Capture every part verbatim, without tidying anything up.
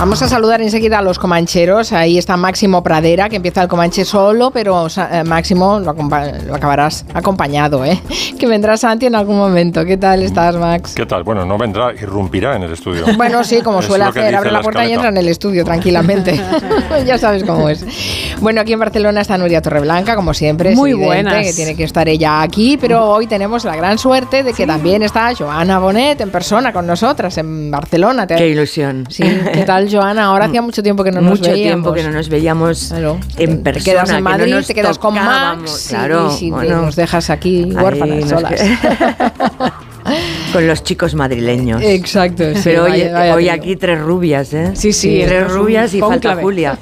Vamos a saludar enseguida a los comancheros. Ahí está Máximo Pradera, que empieza el Comanche solo, pero eh, Máximo lo, lo acabarás acompañado, ¿eh? Que vendrá Santi en algún momento. ¿Qué tal estás, Max? ¿Qué tal? Bueno, no vendrá, irrumpirá en el estudio. Bueno, sí, como suele hacer, abre la, la puerta y entra en el estudio tranquilamente. Ya sabes cómo es. Bueno, aquí en Barcelona está Nuria Torreblanca, como siempre. Muy es buenas. Que tiene que estar ella aquí, pero hoy tenemos la gran suerte de que sí. también está Joana Bonet en persona con nosotras en Barcelona. Qué ilusión. Sí, ¿qué tal, Joana? Ahora hacía mucho tiempo que no nos mucho veíamos. Mucho tiempo que no nos veíamos claro. en persona. Te quedas en Madrid, no te quedas con Max, claro, y si bueno. nos dejas aquí huérfanas solas. Con los chicos madrileños. Exacto. Sí, pero hoy, vaya, vaya hoy aquí tres rubias, ¿eh? Sí, sí. sí tres rubias y falta clave. Julia.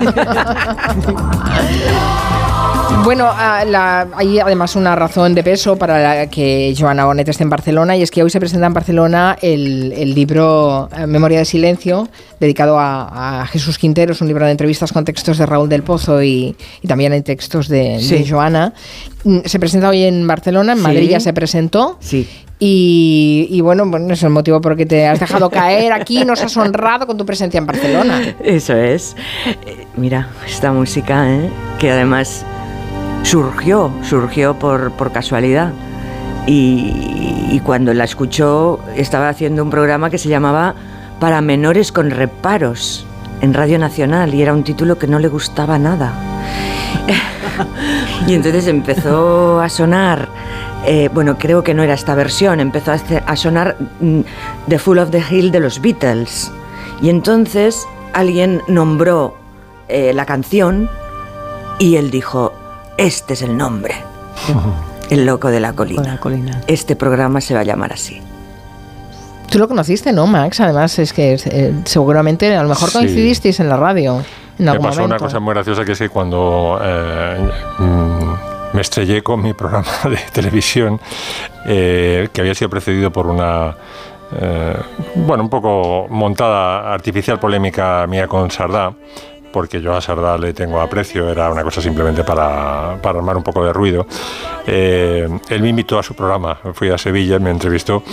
Bueno, la, hay además una razón de peso para la que Joana Bonet esté en Barcelona, y es que hoy se presenta en Barcelona el, el libro Memoria de Silencio, dedicado a, a Jesús Quintero. Es un libro de entrevistas con textos de Raúl del Pozo y, y también hay textos de, sí. de Joana. Se presenta hoy en Barcelona, en sí. Madrid ya se presentó. Sí. Y, y bueno, bueno, es el motivo por el que te has dejado caer aquí, nos has honrado con tu presencia en Barcelona. Eso es. Eh, mira, esta música, ¿eh? Que además surgió, surgió por, por casualidad. Y, y cuando la escuchó, estaba haciendo un programa que se llamaba Para menores con reparos en Radio Nacional, y era un título que no le gustaba nada. Y entonces empezó a sonar, eh, bueno, creo que no era esta versión, empezó a, hacer, a sonar mm, The Fool of the Hill de los Beatles. Y entonces alguien nombró eh, la canción y él dijo: este es el nombre, El loco de la colina. La colina. Este programa se va a llamar así. Tú lo conociste, ¿no, Max? Además, es que eh, seguramente a lo mejor coincidisteis sí. en la radio. En me pasó momento. Una cosa muy graciosa, que es que cuando eh, mm, me estrellé con mi programa de televisión, eh, que había sido precedido por una, eh, bueno, un poco montada artificial polémica mía con Sardá, porque yo a Sardá le tengo aprecio, era una cosa simplemente para, para armar un poco de ruido. Eh, él me invitó a su programa, fui a Sevilla, me entrevistó,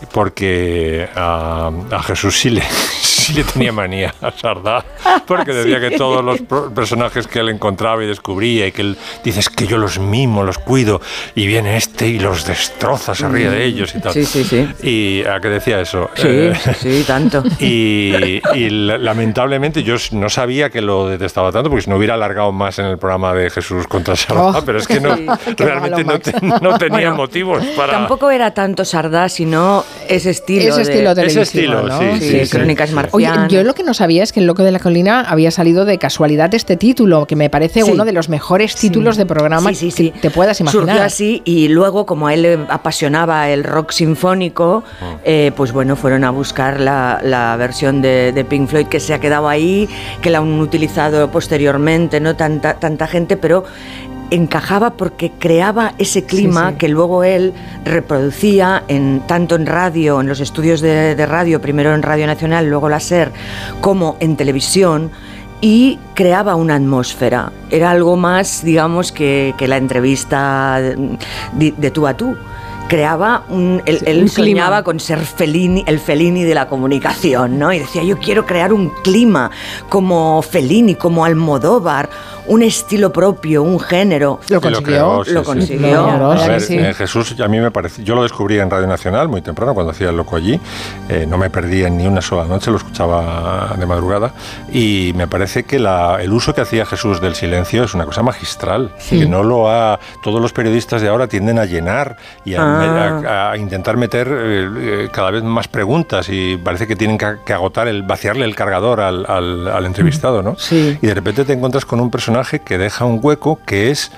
porque a, a Jesús sí le, sí le tenía manía a Sardá, porque decía ¿Sí? que todos los personajes que él encontraba y descubría, y que él dice, es que yo los mimo, los cuido, y viene este y los destroza, se ríe de ellos y tal. Sí, sí, sí. Y a que decía eso. Sí, eh, sí, tanto. Y, y lamentablemente yo no sabía que lo detestaba tanto, porque si no hubiera alargado más en el programa de Jesús contra Sardá, oh, pero es que no, sí, realmente no, te, no tenía bueno, motivos para... Tampoco era tanto Sardá, sino ese estilo. Ese estilo de, ese estilo, ¿no? sí, sí, sí, sí. Crónicas marcianas. Oye, yo lo que no sabía es que El loco de la colina había salido de casualidad este título, que me parece sí. uno de los mejores títulos sí. de programa sí, sí, sí. que te puedas imaginar. Surgió así, y luego, como a él le apasionaba el rock sinfónico, oh. eh, pues bueno, fueron a buscar la, la versión de, de Pink Floyd, que se ha quedado ahí, que la han utilizado posteriormente Posteriormente, no tanta, tanta gente, pero encajaba porque creaba ese clima sí, sí. que luego él reproducía en, tanto en radio, en los estudios de, de radio, primero en Radio Nacional, luego la SER, como en televisión, y creaba una atmósfera. Era algo más, digamos, que, que la entrevista de, de tú a tú. Creaba un, él, él un soñaba clima. Con ser Fellini, el Fellini de la comunicación, ¿no? Y decía, yo quiero crear un clima como Fellini, como Almodóvar, un estilo propio, un género. Lo consiguió. Lo, creó, sí, lo consiguió. Sí. No, a ver, sí. eh, Jesús, a mí me parece, yo lo descubrí en Radio Nacional muy temprano, cuando hacía El loco allí. Eh, no me perdía ni una sola noche, lo escuchaba de madrugada. Y me parece que la, el uso que hacía Jesús del silencio es una cosa magistral. Sí. Que no lo ha... Todos los periodistas de ahora tienden a llenar y a, ah. a, a intentar meter eh, cada vez más preguntas, y parece que tienen que, que agotar, el vaciarle el cargador al, al, al entrevistado, ¿no? Sí. Y de repente te encuentras con un personaje que deja un hueco, que es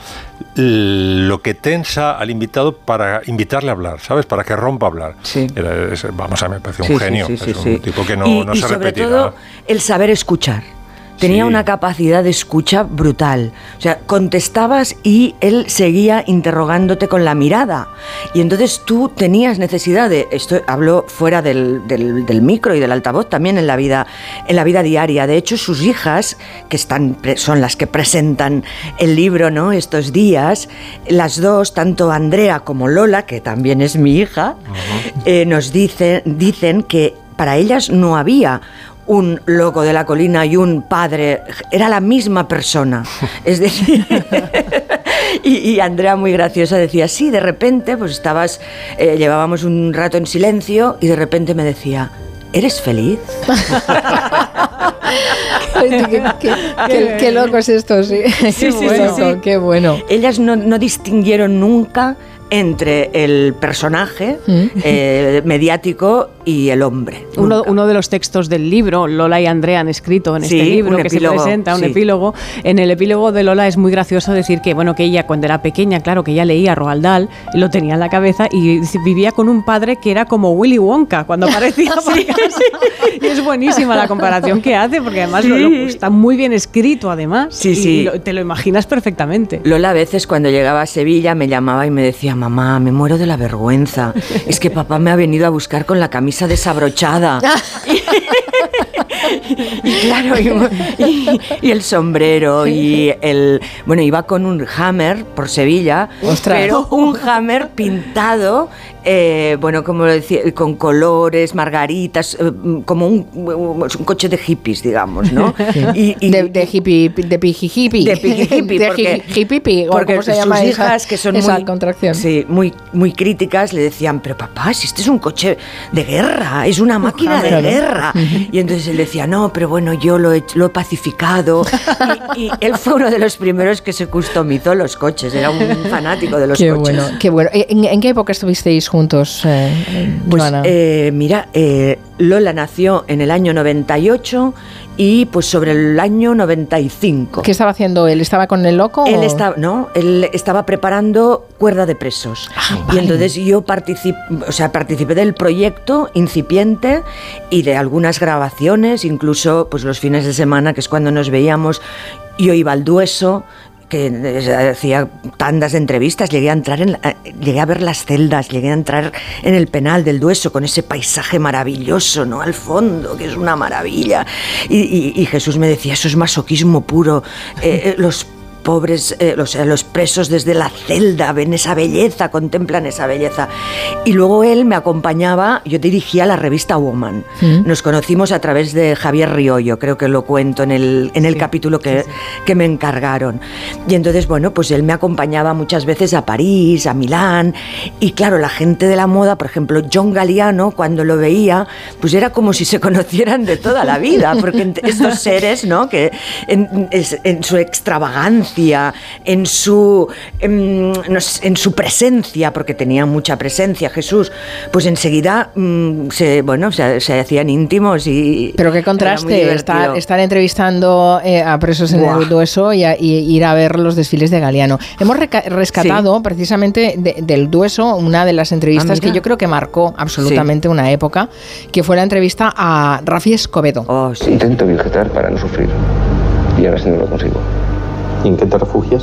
lo que tensa al invitado para invitarle a hablar, ¿sabes? Para que rompa a hablar. Sí. Era, es, vamos, a mí me parece sí, un genio. Sí, sí, es sí, un sí. tipo que no, y, no y se sobre repetirá. Todo, el saber escuchar. Tenía sí. una capacidad de escucha brutal. O sea, contestabas y él seguía interrogándote con la mirada. Y entonces tú tenías necesidad de... Esto hablo fuera del, del, del micro y del altavoz, también en la vida, en la vida diaria. De hecho, sus hijas, que están, son las que presentan el libro, ¿no?, estos días, las dos, tanto Andrea como Lola, que también es mi hija, uh-huh. eh, nos dicen, dicen que para ellas no había un loco de la colina y un padre, era la misma persona. Es decir, y, y Andrea, muy graciosa, decía, sí, de repente, pues estabas, eh, llevábamos un rato en silencio y de repente me decía, ¿eres feliz? qué, qué, qué, qué, qué loco es esto, sí. Sí, sí, qué bueno, sí, sí. Qué bueno. Ellas no, no distinguieron nunca entre el personaje ¿Mm? eh, mediático y el hombre. Uno, uno de los textos del libro, Lola y Andrea han escrito en sí, este libro que epílogo, se presenta, un sí. epílogo. En el epílogo de Lola es muy gracioso decir que, bueno, que ella cuando era pequeña, claro, que ella leía Roald Dahl, lo tenía en la cabeza y vivía con un padre que era como Willy Wonka cuando aparecía por sí, casa. Sí. Y es buenísima la comparación que hace, porque además sí. lo, lo, está muy bien escrito, además. Sí, y sí. Lo, te lo imaginas perfectamente. Lola a veces cuando llegaba a Sevilla me llamaba y me decía, mamá, me muero de la vergüenza. Es que papá me ha venido a buscar con la camisa desabrochada. y, y claro, y, y, y el sombrero y el... Bueno, iba con un Hammer por Sevilla, ¡ostras! Pero un Hammer pintado, eh, bueno, como lo decía, con colores, margaritas, eh, como un, un coche de hippies, digamos, ¿no? Sí. Y, y, de, de hippie, de piji hippie. De piji hippie. De porque, hippie, o porque ¿cómo se llama sus esa, hijas, que son esa muy, contracción? Sí, muy, muy críticas, le decían, pero papá, si este es un coche de guerra, es una máquina Ujá, de claro. guerra. Y entonces él decía, no, pero bueno, yo lo he, lo he pacificado. Y, y él fue uno de los primeros que se customizó los coches, era un fanático de los qué coches. Bueno, qué bueno. ¿En, en qué época estuvisteis juntos, eh, Pues Joana? eh, mira, eh, Lola nació en el año noventa y ocho y pues sobre el año noventa y cinco. ¿Qué estaba haciendo él? ¿Estaba con el loco? Él o? estaba, no, él estaba preparando Cuerda de Presos. Ah, y vale. entonces yo participé, o sea, participé del proyecto incipiente y de algunas grabaciones, incluso pues los fines de semana, que es cuando nos veíamos, yo iba al Dueso, que hacía tandas de entrevistas, llegué a entrar en, llegué a ver las celdas, llegué a entrar en el penal del Dueso con ese paisaje maravilloso, ¿no? Al fondo, que es una maravilla. Y, y, y Jesús me decía, eso es masoquismo puro. Eh, los pobres, eh, los, los presos desde la celda ven esa belleza, contemplan esa belleza. Y luego él me acompañaba, yo dirigía la revista Woman. ¿Mm? Nos conocimos a través de Javier Riollo, creo que lo cuento en el, en el sí, capítulo que, sí, sí. que me encargaron. Y entonces, bueno, pues él me acompañaba muchas veces a París, a Milán, y claro, la gente de la moda, por ejemplo, John Galliano, cuando lo veía, pues era como si se conocieran de toda la vida, porque estos seres, ¿no?, que en, en su extravagancia, en su en, en su presencia, porque tenía mucha presencia Jesús, pues enseguida mmm, se bueno se, se hacían íntimos. Y pero qué contraste estar, estar entrevistando eh, a presos en Buah. el Dueso y, a, y ir a ver los desfiles de Galiano. Hemos reca- rescatado sí. precisamente de, del Dueso una de las entrevistas ah, que yo creo que marcó absolutamente sí. una época, que fue la entrevista a Rafi Escobedo. Oh, sí. Intento vegetar para no sufrir y ahora sí no lo consigo. ¿Y en qué te refugias?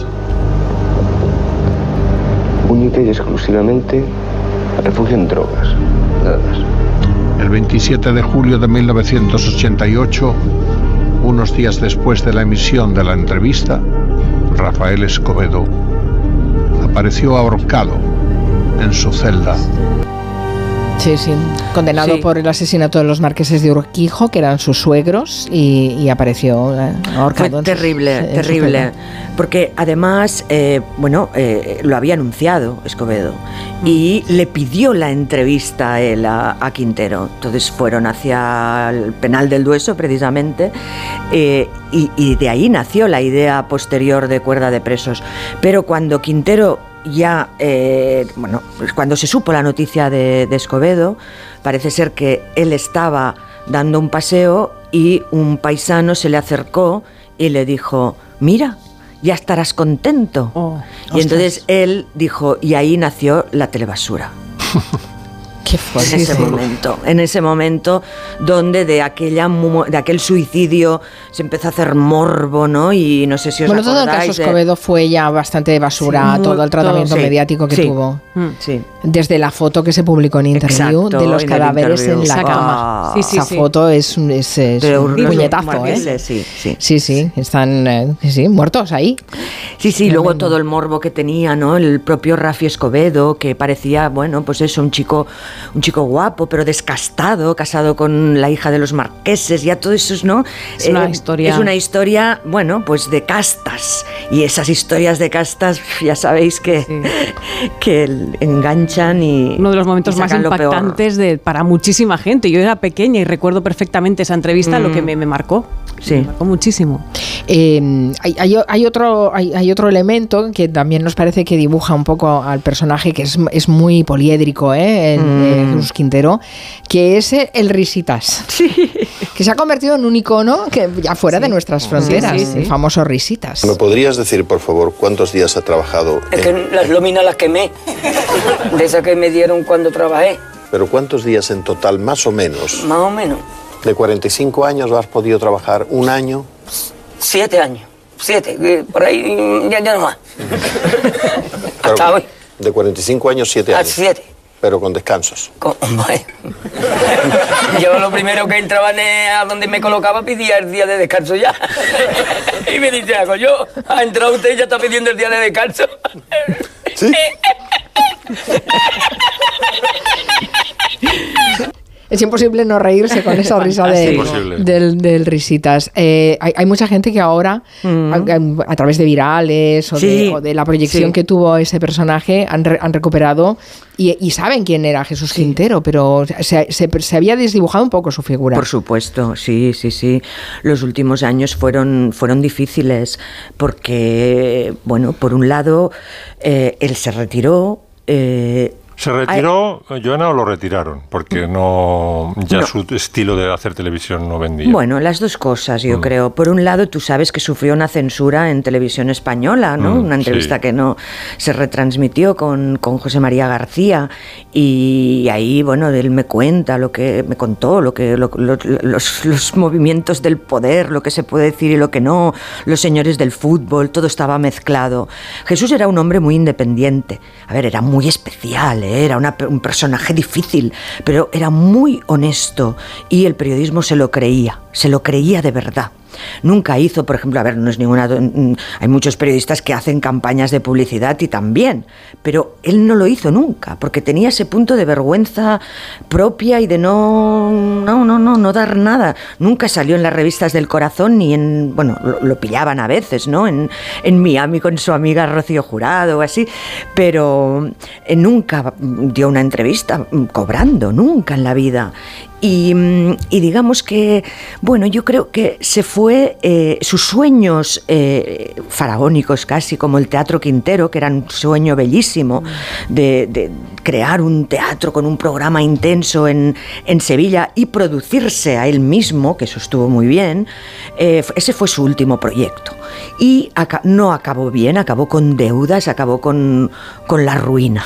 Única y exclusivamente refugio en drogas, nada más. El veintisiete de julio de mil novecientos ochenta y ocho, unos días después de la emisión de la entrevista, Rafael Escobedo apareció ahorcado en su celda. Sí, sí, condenado sí. por el asesinato de los marqueses de Urquijo, que eran sus suegros, y, y apareció eh, ahorcado. Fue terrible, en su, terrible, en porque además, eh, bueno, eh, lo había anunciado Escobedo y le pidió la entrevista a él, a, a Quintero. Entonces fueron hacia el penal del Dueso, precisamente, eh, y, y de ahí nació la idea posterior de Cuerda de Presos. Pero cuando Quintero ya, eh, bueno, pues cuando se supo la noticia de, de Escobedo, parece ser que él estaba dando un paseo y un paisano se le acercó y le dijo, mira, ya estarás contento. Oh, y entonces él dijo, y ahí nació la telebasura. Qué fuerte. En ese sí. momento, en ese momento donde de aquella de aquel suicidio se empezó a hacer morbo, ¿no? Y no sé si os bueno, acordáis. Bueno, todo el caso Escobedo de... fue ya bastante basura, sí, todo el tratamiento todo, sí, mediático que sí, tuvo. Sí. Desde la foto que se publicó en Interview, exacto, de los en cadáveres en la Exacto. cama. Sí, sí, Esa sí. foto es, es, es un puñetazo, ¿eh? Sí, sí. Sí, sí, están eh, sí, muertos ahí. Sí, sí, luego todo el morbo que tenía, ¿no? El propio Rafi Escobedo, que parecía, bueno, pues eso, un chico un chico guapo, pero descastado, casado con la hija de los marqueses, ya todo eso, ¿no? Es una eh, historia... Es una historia, bueno, pues de castas. Y esas historias de castas, ya sabéis que, sí. que enganchan y uno de los momentos más impactantes de, para muchísima gente. Yo era pequeña y recuerdo perfectamente esa entrevista, mm. lo que me, me marcó. Sí. Me marcó muchísimo. Eh, hay, hay, hay, otro, hay, hay otro elemento que también nos parece que dibuja un poco al personaje, que es, es muy poliédrico, ¿eh? El, mm. eh, Jesús Quintero, que es el Risitas. Sí. Que se ha convertido en un icono que ya fuera sí. de nuestras fronteras, sí, sí, sí. el famoso Risitas. ¿Me podrías decir, por favor, cuántos días ha trabajado? Es que en... las lóminas las quemé, de esas que me dieron cuando trabajé. ¿Pero cuántos días en total, más o menos? Más o menos. ¿De cuarenta y cinco años has podido trabajar un año? Siete años. Siete, por ahí ya, ya no más. Hasta hoy. De cuarenta y cinco años, siete años. A siete. Pero con descansos. Con, bueno. Yo lo primero que entraba a donde me colocaba pedía el día de descanso ya. Y me dice, hago yo, ha entrado usted y ya está pidiendo el día de descanso. ¿Sí? Es imposible no reírse con esa risa de, del, del Risitas. Eh, hay, hay mucha gente que ahora, mm. a, a través de virales o, sí. de, o de la proyección sí. que tuvo ese personaje, han, re, han recuperado y, y saben quién era Jesús sí. Quintero, pero se, se, se había desdibujado un poco su figura. Por supuesto, sí, sí, sí. Los últimos años fueron, fueron difíciles porque, bueno, por un lado, eh, él se retiró. Eh, ¿Se retiró, Ay, Joana, o lo retiraron? Porque no ya no. su estilo de hacer televisión no vendía. Bueno, las dos cosas, yo mm. creo. Por un lado, tú sabes que sufrió una censura en televisión española, ¿no? Mm, una entrevista sí. que no se retransmitió con, con José María García. Y ahí, bueno, él me cuenta lo que me contó, lo que lo, lo, los, los movimientos del poder, lo que se puede decir y lo que no, los señores del fútbol, todo estaba mezclado. Jesús era un hombre muy independiente. A ver, era muy especial, ¿eh? Era una, un personaje difícil, pero era muy honesto y el periodismo se lo creía, se lo creía de verdad. Nunca hizo, por ejemplo, a ver, no es ninguna... Hay muchos periodistas que hacen campañas de publicidad y también, pero él no lo hizo nunca, porque tenía ese punto de vergüenza propia y de no... No, no, no, no dar nada. Nunca salió en las revistas del Corazón ni en... Bueno, lo, lo pillaban a veces, ¿no? En, en Miami con su amiga Rocío Jurado o así, pero nunca dio una entrevista cobrando, nunca en la vida. Y, y digamos que, bueno, yo creo que se fue, eh, sus sueños eh, faraónicos casi, como el Teatro Quintero, que era un sueño bellísimo, de, de crear un teatro con un programa intenso en, en Sevilla y producirse a él mismo, que eso estuvo muy bien, eh, ese fue su último proyecto. Y aca- no acabó bien, acabó con deudas, acabó con, con la ruina.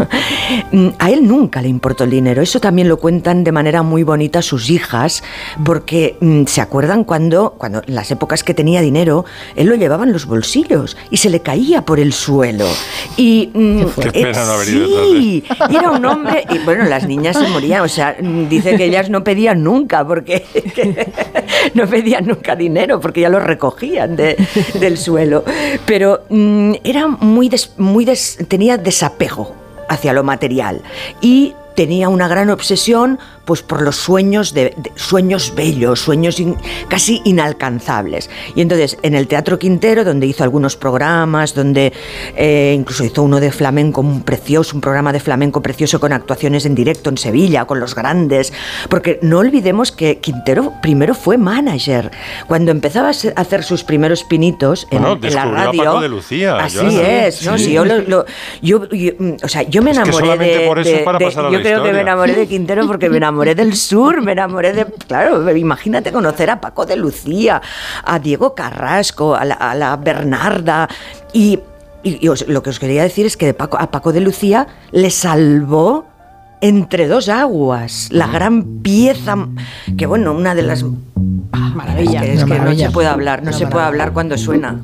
A él nunca le importó el dinero, eso también lo cuentan de manera muy bonita sus hijas, porque mmm, se acuerdan cuando, cuando en las épocas que tenía dinero, él lo llevaba en los bolsillos y se le caía por el suelo. Y mmm, qué pena eh, no haber ido sí, y era un hombre, y bueno, las niñas se morían, o sea, dice que ellas no pedían nunca, porque que, no pedían nunca dinero, porque ya lo recogían de, del suelo, pero mmm, era muy, des, muy des, tenía desapego hacia lo material y tenía una gran obsesión pues por los sueños de, de sueños bellos, sueños in, casi inalcanzables. Y entonces en el Teatro Quintero, donde hizo algunos programas, donde eh, incluso hizo uno de flamenco un precioso, un programa de flamenco precioso con actuaciones en directo en Sevilla, con los grandes, porque no olvidemos que Quintero primero fue manager. Cuando empezaba a hacer sus primeros pinitos en, bueno, en la radio, a Paco de Lucía, así Joana. es, ¿no? Sí. Si yo, lo, lo, yo, yo, o sea, yo me enamoré es que solamente de, por eso de, para de pasar a yo la creo historia. que me enamoré de Quintero porque me enamoré del sur, me enamoré de... Claro, imagínate conocer a Paco de Lucía, a Diego Carrasco, a la, a la Bernarda, y, y, y os, lo que os quería decir es que de Paco, a Paco de Lucía le salvó Entre dos aguas, la gran pieza, que bueno, una de las... Ah, maravilla. Es que, es que maravilla. no se puede hablar, no Una se maravilla. puede hablar cuando suena.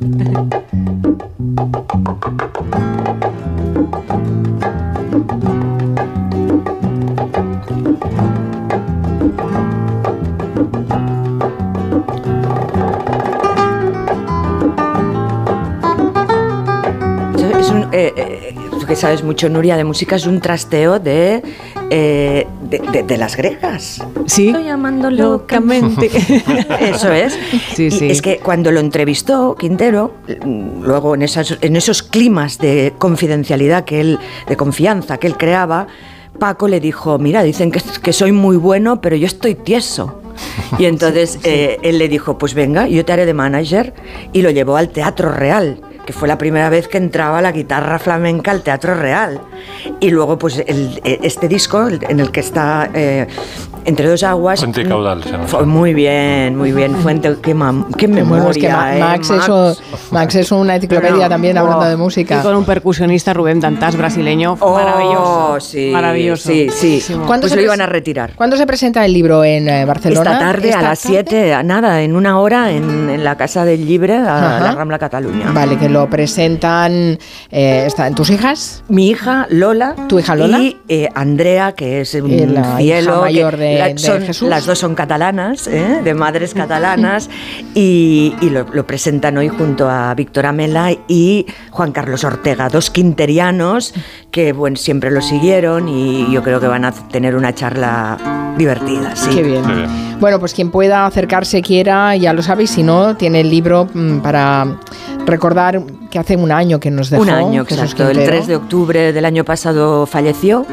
Es un, eh, eh, que sabes mucho, Nuria, de música, es un trasteo de, eh, de, de, de las griegas. Sí. Estoy llamando locamente. Eso es. Sí, sí. Y es que cuando lo entrevistó Quintero, luego en, esas, en esos climas de confidencialidad que él, de confianza que él creaba, Paco le dijo, mira, dicen que, que soy muy bueno, pero yo estoy tieso. Y entonces sí, sí. Eh, él le dijo, pues venga, yo te haré de manager, y lo llevó al Teatro Real, que fue la primera vez que entraba la guitarra flamenca al Teatro Real. Y luego, pues, el, este disco, en el que está eh, Entre dos aguas... Fuente y caudal. Se fue muy bien, muy bien. Fuente, qué, mam, qué memoria, bueno, es que Ma, eh, Max, Max. Eso, Max es una enciclopedia no, también, oh, hablando de música. Y con un percusionista, Rubén Dantas, brasileño, oh, maravilloso. Sí, maravilloso. Sí, sí. ¿Cuándo pues se lo iban a retirar? ¿Cuándo se presenta el libro en eh, Barcelona? Esta tarde, Esta a las siete, nada, en una hora, en, en la Casa del Libre, a Ajá. la Rambla Cataluña. Vale, que lo presentan... Eh, ¿están tus hijas? Mi hija, Lola. ¿Tu hija Lola? Y eh, Andrea, que es un eh, la cielo. Hija mayor de, la, de son, Jesús. Las dos son catalanas, ¿eh? De madres catalanas, y, y lo, lo presentan hoy junto a Víctor Amela y Juan Carlos Ortega, dos quinterianos que bueno, siempre lo siguieron, y yo creo que van a tener una charla divertida. Sí. Qué bien. bien. Bueno, pues quien pueda acercarse, quiera, ya lo sabéis, si no, tiene el libro mmm, para recordar que hace un año que nos dejó. Un año, exacto. El tres de octubre del año pasado falleció,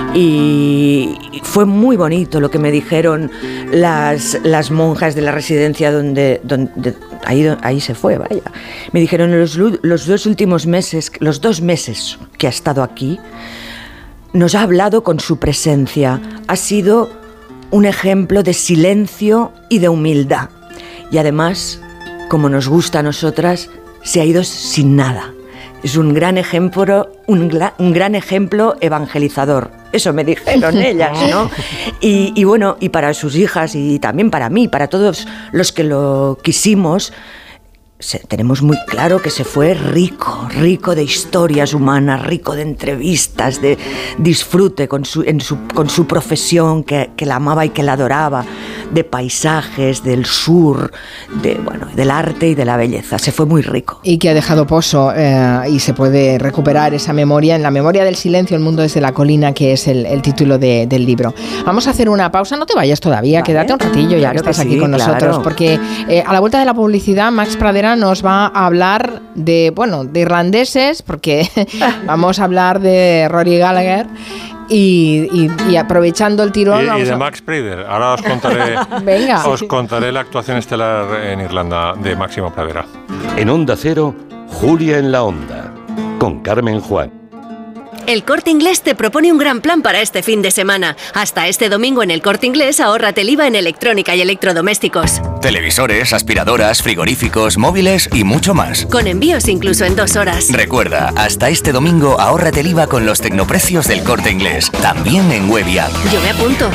y fue muy bonito lo que me dijeron las, las monjas de la residencia donde, donde ahí, ahí se fue, vaya. Me dijeron los, los dos últimos meses, los dos meses que ha estado aquí, nos ha hablado con su presencia. Ha sido un ejemplo de silencio y de humildad. Y además, como nos gusta a nosotras, se ha ido sin nada. Es un gran ejemplo, un, un gran ejemplo evangelizador. Eso me dijeron ellas, ¿no? Y, y bueno, y para sus hijas y también para mí, para todos los que lo quisimos, se, tenemos muy claro que se fue rico, rico de historias humanas, rico de entrevistas, de disfrute con su, en su, con su profesión, que, que la amaba y que la adoraba, de paisajes, del sur, de, bueno, del arte y de la belleza. Se fue muy rico. Y que ha dejado pozo eh, y se puede recuperar esa memoria en La memoria del silencio, el mundo desde la colina, que es el, el título de, del libro. Vamos a hacer una pausa, no te vayas todavía, vale. Quédate un ratillo ya claro que estás que sí, aquí con claro. nosotros, porque eh, a la vuelta de la publicidad Max Pradera nos va a hablar de, bueno, de irlandeses, porque vamos a hablar de Rory Gallagher. Y, y, y aprovechando el tirón... Y, y de a... Max Pradera. Ahora os contaré, Venga. os contaré la actuación estelar en Irlanda de Máximo Pradera. En Onda Cero, Julia en la Onda, con Carmen Juan. El Corte Inglés te propone un gran plan para este fin de semana. Hasta este domingo en el Corte Inglés ahórrate el I V A en electrónica y electrodomésticos. Televisores, aspiradoras, frigoríficos, móviles y mucho más. Con envíos incluso en dos horas. Recuerda, hasta este domingo ahórrate el I V A con los tecnoprecios del Corte Inglés. También en web y app. Yo me apunto.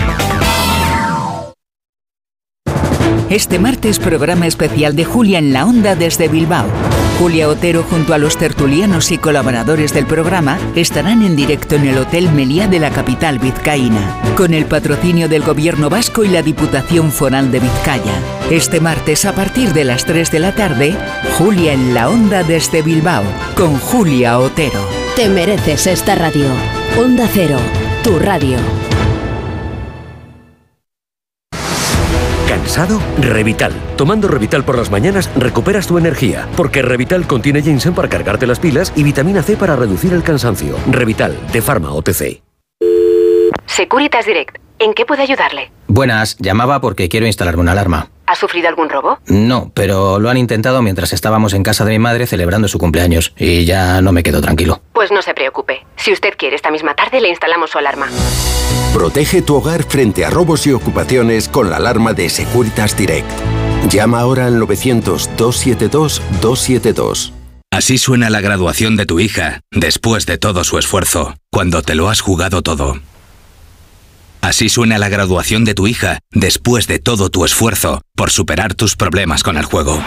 Este martes, programa especial de Julia en la Onda desde Bilbao. Julia Otero junto a los tertulianos y colaboradores del programa estarán en directo en el Hotel Meliá de la capital vizcaína, con el patrocinio del Gobierno vasco y la Diputación Foral de Vizcaya. Este martes a partir de las tres de la tarde, Julia en la Onda desde Bilbao, con Julia Otero. Te mereces esta radio. Onda Cero, tu radio. ¿Cansado? Revital. Tomando Revital por las mañanas recuperas tu energía, porque Revital contiene ginseng para cargarte las pilas y vitamina C para reducir el cansancio. Revital, de Pharma O T C. Securitas Direct. ¿En qué puedo ayudarle? Buenas, llamaba porque quiero instalarme una alarma. ¿Ha sufrido algún robo? No, pero lo han intentado mientras estábamos en casa de mi madre celebrando su cumpleaños y ya no me quedo tranquilo. Pues no se preocupe. Si usted quiere, esta misma tarde le instalamos su alarma. Protege tu hogar frente a robos y ocupaciones con la alarma de Securitas Direct. Llama ahora al novecientos, doscientos setenta y dos, doscientos setenta y dos. Así suena la graduación de tu hija, después de todo su esfuerzo, cuando te lo has jugado todo. Así suena la graduación de tu hija, después de todo tu esfuerzo, por superar tus problemas con el juego.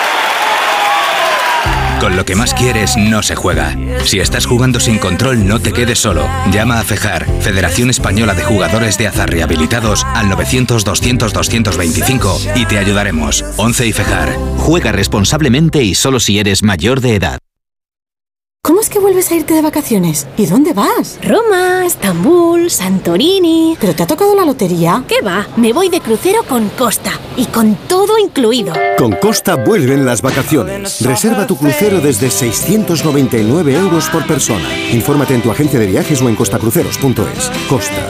Con lo que más quieres no se juega. Si estás jugando sin control, no te quedes solo. Llama a FEJAR, Federación Española de Jugadores de Azar Rehabilitados, al novecientos, doscientos, doscientos veinticinco y te ayudaremos. once y FEJAR. Juega responsablemente y solo si eres mayor de edad. ¿Cómo es que vuelves a irte de vacaciones? ¿Y dónde vas? Roma, Estambul, Santorini... ¿Pero te ha tocado la lotería? ¿Qué va? Me voy de crucero con Costa y con todo incluido. Con Costa vuelven las vacaciones. Reserva tu crucero desde seiscientos noventa y nueve euros por persona. Infórmate en tu agencia de viajes o en costacruceros punto es. Costa.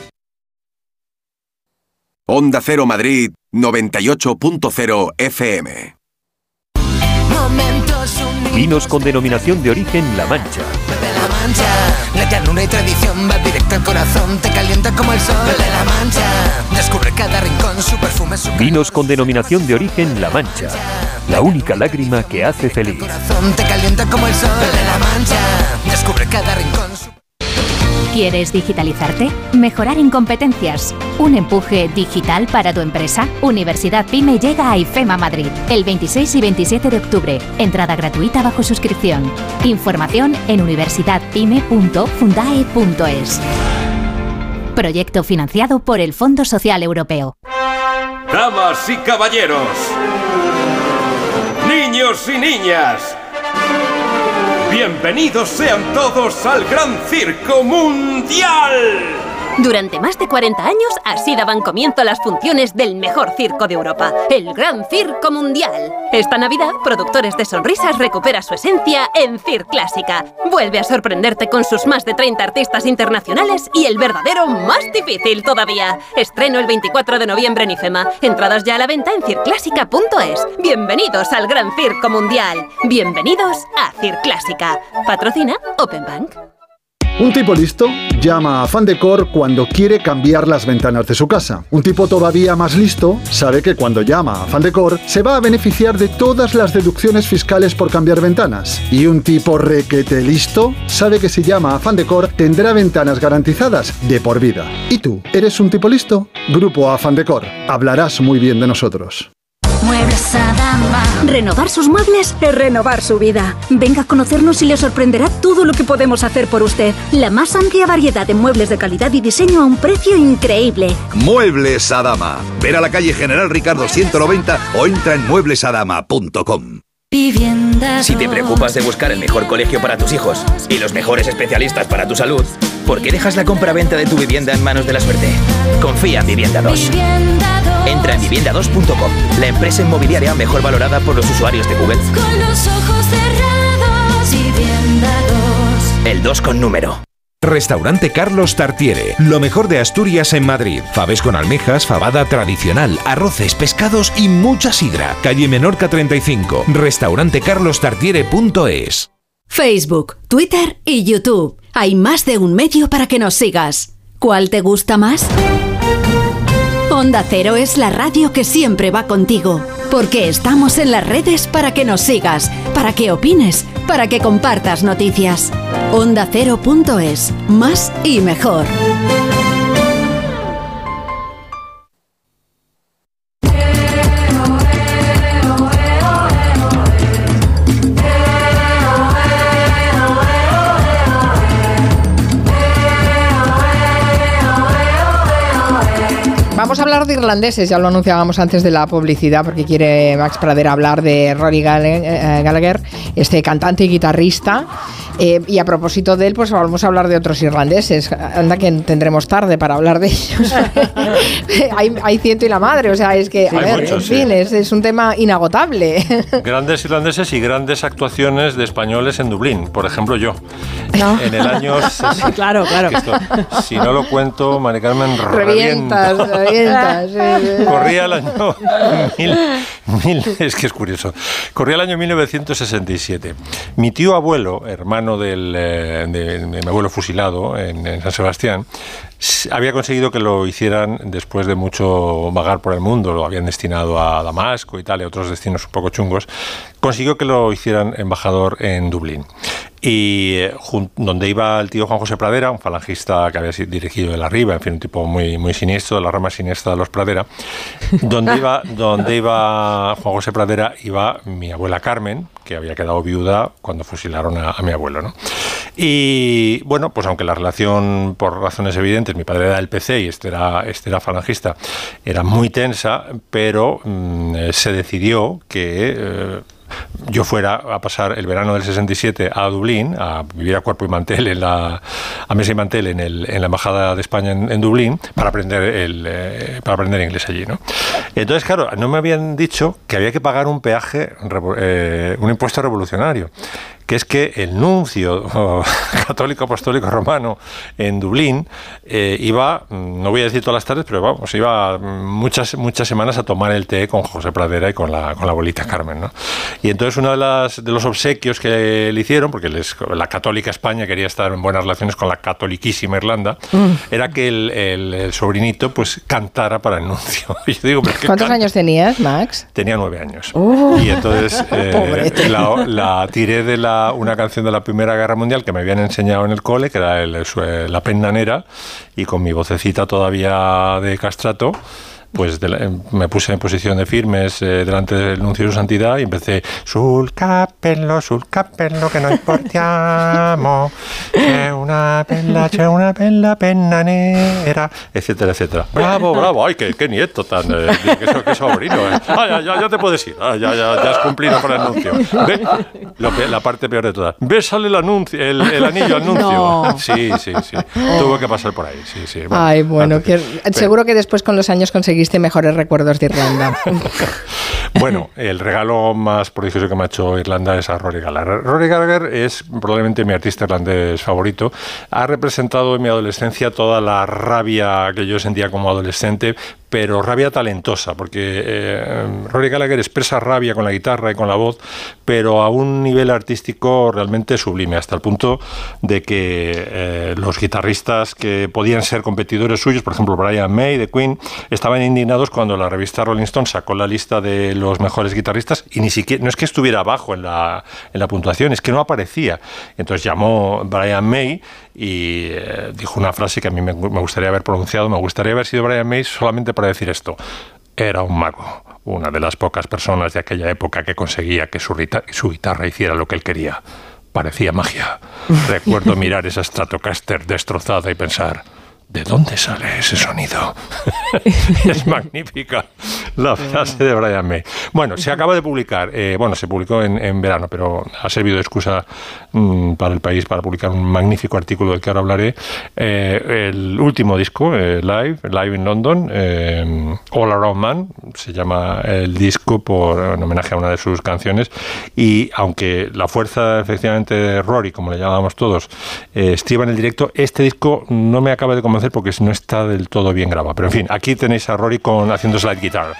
Onda Cero Madrid noventa y ocho punto cero F M. Vinos con denominación de origen La Mancha. De La Mancha, la llanura y tradición va directo al corazón, te calienta como el sol. De La Mancha, descubre cada rincón, su perfume, su Vinos con denominación de origen La Mancha. La única lágrima que hace feliz. corazón, te calienta como el sol. De La Mancha, descubre cada rincón. Su... ¿Quieres digitalizarte? ¿Mejorar en competencias? ¿Un empuje digital para tu empresa? Universidad PYME llega a IFEMA Madrid el veintiséis y veintisiete de octubre. Entrada gratuita bajo suscripción. Información en universidad pyme punto fundae punto es. Proyecto financiado por el Fondo Social Europeo. Damas y caballeros, niños y niñas, bienvenidos sean todos al Gran Circo Mundial. Durante más de cuarenta años, así daban comienzo las funciones del mejor circo de Europa, el Gran Circo Mundial. Esta Navidad, Productores de Sonrisas recupera su esencia en Circlásica. Vuelve a sorprenderte con sus más de treinta artistas internacionales y el verdadero más difícil todavía. Estreno el veinticuatro de noviembre en IFEMA. Entradas ya a la venta en circlásica punto es. Bienvenidos al Gran Circo Mundial. Bienvenidos a Circlásica. Patrocina Open Bank. Un tipo listo llama a Fandecor cuando quiere cambiar las ventanas de su casa. Un tipo todavía más listo sabe que cuando llama a Fandecor se va a beneficiar de todas las deducciones fiscales por cambiar ventanas. Y un tipo requete listo sabe que si llama a Fandecor tendrá ventanas garantizadas de por vida. ¿Y tú? ¿Eres un tipo listo? Grupo A Fandecor. Hablarás muy bien de nosotros. Muebles Adama. Renovar sus muebles es renovar su vida. Venga a conocernos y le sorprenderá todo lo que podemos hacer por usted. La más amplia variedad de muebles de calidad y diseño a un precio increíble. Muebles Adama. Ver a la calle General Ricardo ciento noventa o entra en muebles adama punto com. Si te preocupas de buscar el mejor colegio para tus hijos y los mejores especialistas para tu salud, ¿por qué dejas la compra-venta de tu vivienda en manos de la suerte? Confía en Vivienda dos. Entra en vivienda dos punto com, la empresa inmobiliaria mejor valorada por los usuarios de Google. Con los ojos cerrados, Vivienda dos. El dos con número. Restaurante Carlos Tartiere, lo mejor de Asturias en Madrid. Faves con almejas, fabada tradicional, arroces, pescados y mucha sidra. Calle Menorca treinta y cinco. restaurante carlos tartiere punto es. Facebook, Twitter y YouTube. Hay más de un medio para que nos sigas. ¿Cuál te gusta más? Onda Cero es la radio que siempre va contigo, porque estamos en las redes para que nos sigas, para que opines, para que compartas noticias. Onda Cero punto es, más y mejor. Vamos a hablar de irlandeses, ya lo anunciábamos antes de la publicidad, porque quiere Max Pradera hablar de Rory Gallagher, este cantante y guitarrista. Eh, y a propósito de él, pues vamos a hablar de otros irlandeses. Anda que tendremos tarde para hablar de ellos. hay, hay ciento y la madre, o sea, es que, a ver, muchos, en fin, sí. es, es un tema inagotable. Grandes irlandeses y grandes actuaciones de españoles en Dublín, por ejemplo yo. ¿No? En el año... claro, claro. Esto, si no lo cuento, Mari Carmen, revientas, revientas. Sí. Corría el año... Mil, mil, es que es curioso. Corría el año mil novecientos sesenta y siete. Mi tío abuelo, hermano Del, de, de mi abuelo fusilado en, en San Sebastián, había conseguido que lo hicieran después de mucho vagar por el mundo. Lo habían destinado a Damasco y tal, y a otros destinos un poco chungos. Consiguió que lo hicieran embajador en Dublín. Y eh, jun, donde iba el tío Juan José Pradera, un falangista que había dirigido de la Riba, en fin, un tipo muy, muy siniestro, de la rama siniestra de los Pradera, donde iba, donde iba Juan José Pradera, iba mi abuela Carmen, que había quedado viuda cuando fusilaron a, a mi abuelo, ¿no? Y bueno, pues aunque la relación, por razones evidentes, mi padre era del P C y este era, este era falangista, era muy tensa, pero mmm, se decidió que... Eh, yo fuera a pasar el verano del sesenta y siete a Dublín, a vivir a cuerpo y mantel, en la, a mesa y mantel en, el, en la Embajada de España en, en Dublín, para aprender, el, eh, para aprender inglés allí, ¿no? Entonces, claro, no me habían dicho que había que pagar un peaje, eh, un impuesto revolucionario, que es que el nuncio oh, católico apostólico romano en Dublín eh, iba, no voy a decir todas las tardes, pero vamos, iba muchas muchas semanas a tomar el té con José Pradera y con la, con la abuelita Carmen, ¿no? Y entonces uno de, las, de los obsequios que le hicieron, porque les, la católica España quería estar en buenas relaciones con la catoliquísima Irlanda, mm. era que el, el, el sobrinito pues cantara para el nuncio. Y yo digo, ¿cuántos canta? años tenías, Max? Tenía nueve años. Oh. Y entonces eh, la, la tiré de la una canción de la Primera Guerra Mundial que me habían enseñado en el cole, que era el, el, La Pennanera, y con mi vocecita todavía de castrato, pues de la, me puse en posición de firmes eh, delante del nuncio de su santidad y empecé sul cappello, sul cappello che noi portiamo, c'è una bella, c'è una bella penna nera, etcétera, etcétera. Bravo, bravo, ay, qué, qué nieto tan, eh, qué, qué sobrino. Eh. Ah, ya, ya, ya te puedes ir, ah, ya, ya, ya has cumplido con el anuncio. Ve, lo, la parte peor de todas. Bésale el anuncio, el, el anillo al nuncio. No. Sí, sí, sí. Tuvo que pasar por ahí, sí, sí. Bueno, ay, bueno, que, seguro que después con los años conseguiste mejores recuerdos de Irlanda. Bueno, el regalo más prodigioso que me ha hecho Irlanda es a Rory Gallagher. Rory Gallagher es probablemente mi artista irlandés favorito. Ha representado en mi adolescencia toda la rabia que yo sentía como adolescente, pero rabia talentosa, porque eh, Rory Gallagher expresa rabia con la guitarra y con la voz, pero a un nivel artístico realmente sublime, hasta el punto de que eh, los guitarristas que podían ser competidores suyos, por ejemplo Brian May de Queen, estaban indignados cuando la revista Rolling Stone sacó la lista de los mejores guitarristas y ni siquiera, no es que estuviera abajo en la, en la puntuación, es que no aparecía. Entonces llamó Brian May y eh, dijo una frase que a mí me, me gustaría haber pronunciado, me gustaría haber sido Brian May solamente para decir esto: era un mago, una de las pocas personas de aquella época que conseguía que su, su guitarra hiciera lo que él quería. Parecía magia. Recuerdo mirar esa Stratocaster destrozada y pensar: ¿de dónde sale ese sonido? Es magnífica la frase de Brian May. Bueno, se acaba de publicar, eh, bueno, se publicó en, en verano, pero ha servido de excusa mmm, para el país para publicar un magnífico artículo del que ahora hablaré. Eh, el último disco, eh, Live, Live in London, eh, All Around Man, se llama el disco por en homenaje a una de sus canciones, y aunque la fuerza efectivamente de Rory, como le llamábamos todos, eh, estriba en el directo, este disco no me acaba de convencer porque no está del todo bien grabado. Pero en fin, aquí tenéis a Rory con, haciendo slide guitar.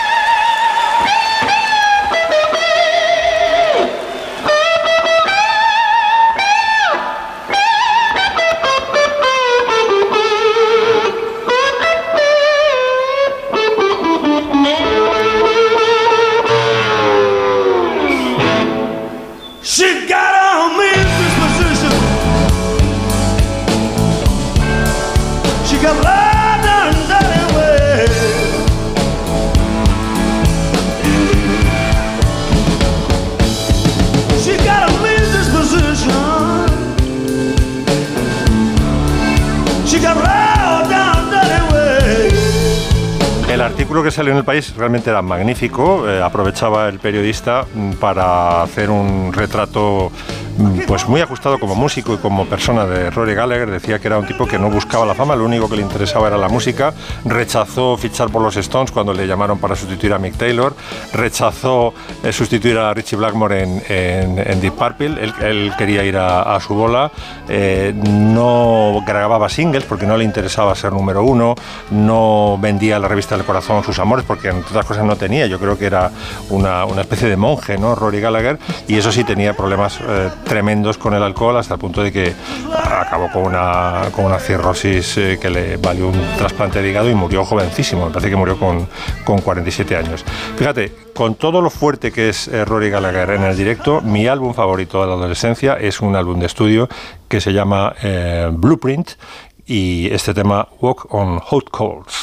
El artículo que salió en El País realmente era magnífico, eh, aprovechaba el periodista para hacer un retrato pues muy ajustado como músico y como persona de Rory Gallagher. Decía que era un tipo que no buscaba la fama, lo único que le interesaba era la música, rechazó fichar por los Stones cuando le llamaron para sustituir a Mick Taylor, rechazó eh, sustituir a Ritchie Blackmore en, en, en Deep Purple, él, él quería ir a, a su bola, eh, no grababa singles porque no le interesaba ser número uno, no vendía la revista del corazón sus amores porque entre otras cosas no tenía, yo creo que era una, una especie de monje, ¿no? Rory Gallagher, y eso sí tenía problemas eh, tremendos con el alcohol, hasta el punto de que acabó con una, con una cirrosis eh, que le valió un trasplante de hígado y murió jovencísimo, me parece que murió con, con cuarenta y siete años. Fíjate, con todo lo fuerte que es eh, Rory Gallagher en el directo, mi álbum favorito de la adolescencia es un álbum de estudio que se llama eh, Blueprint, y este tema Walk on Hot Coals.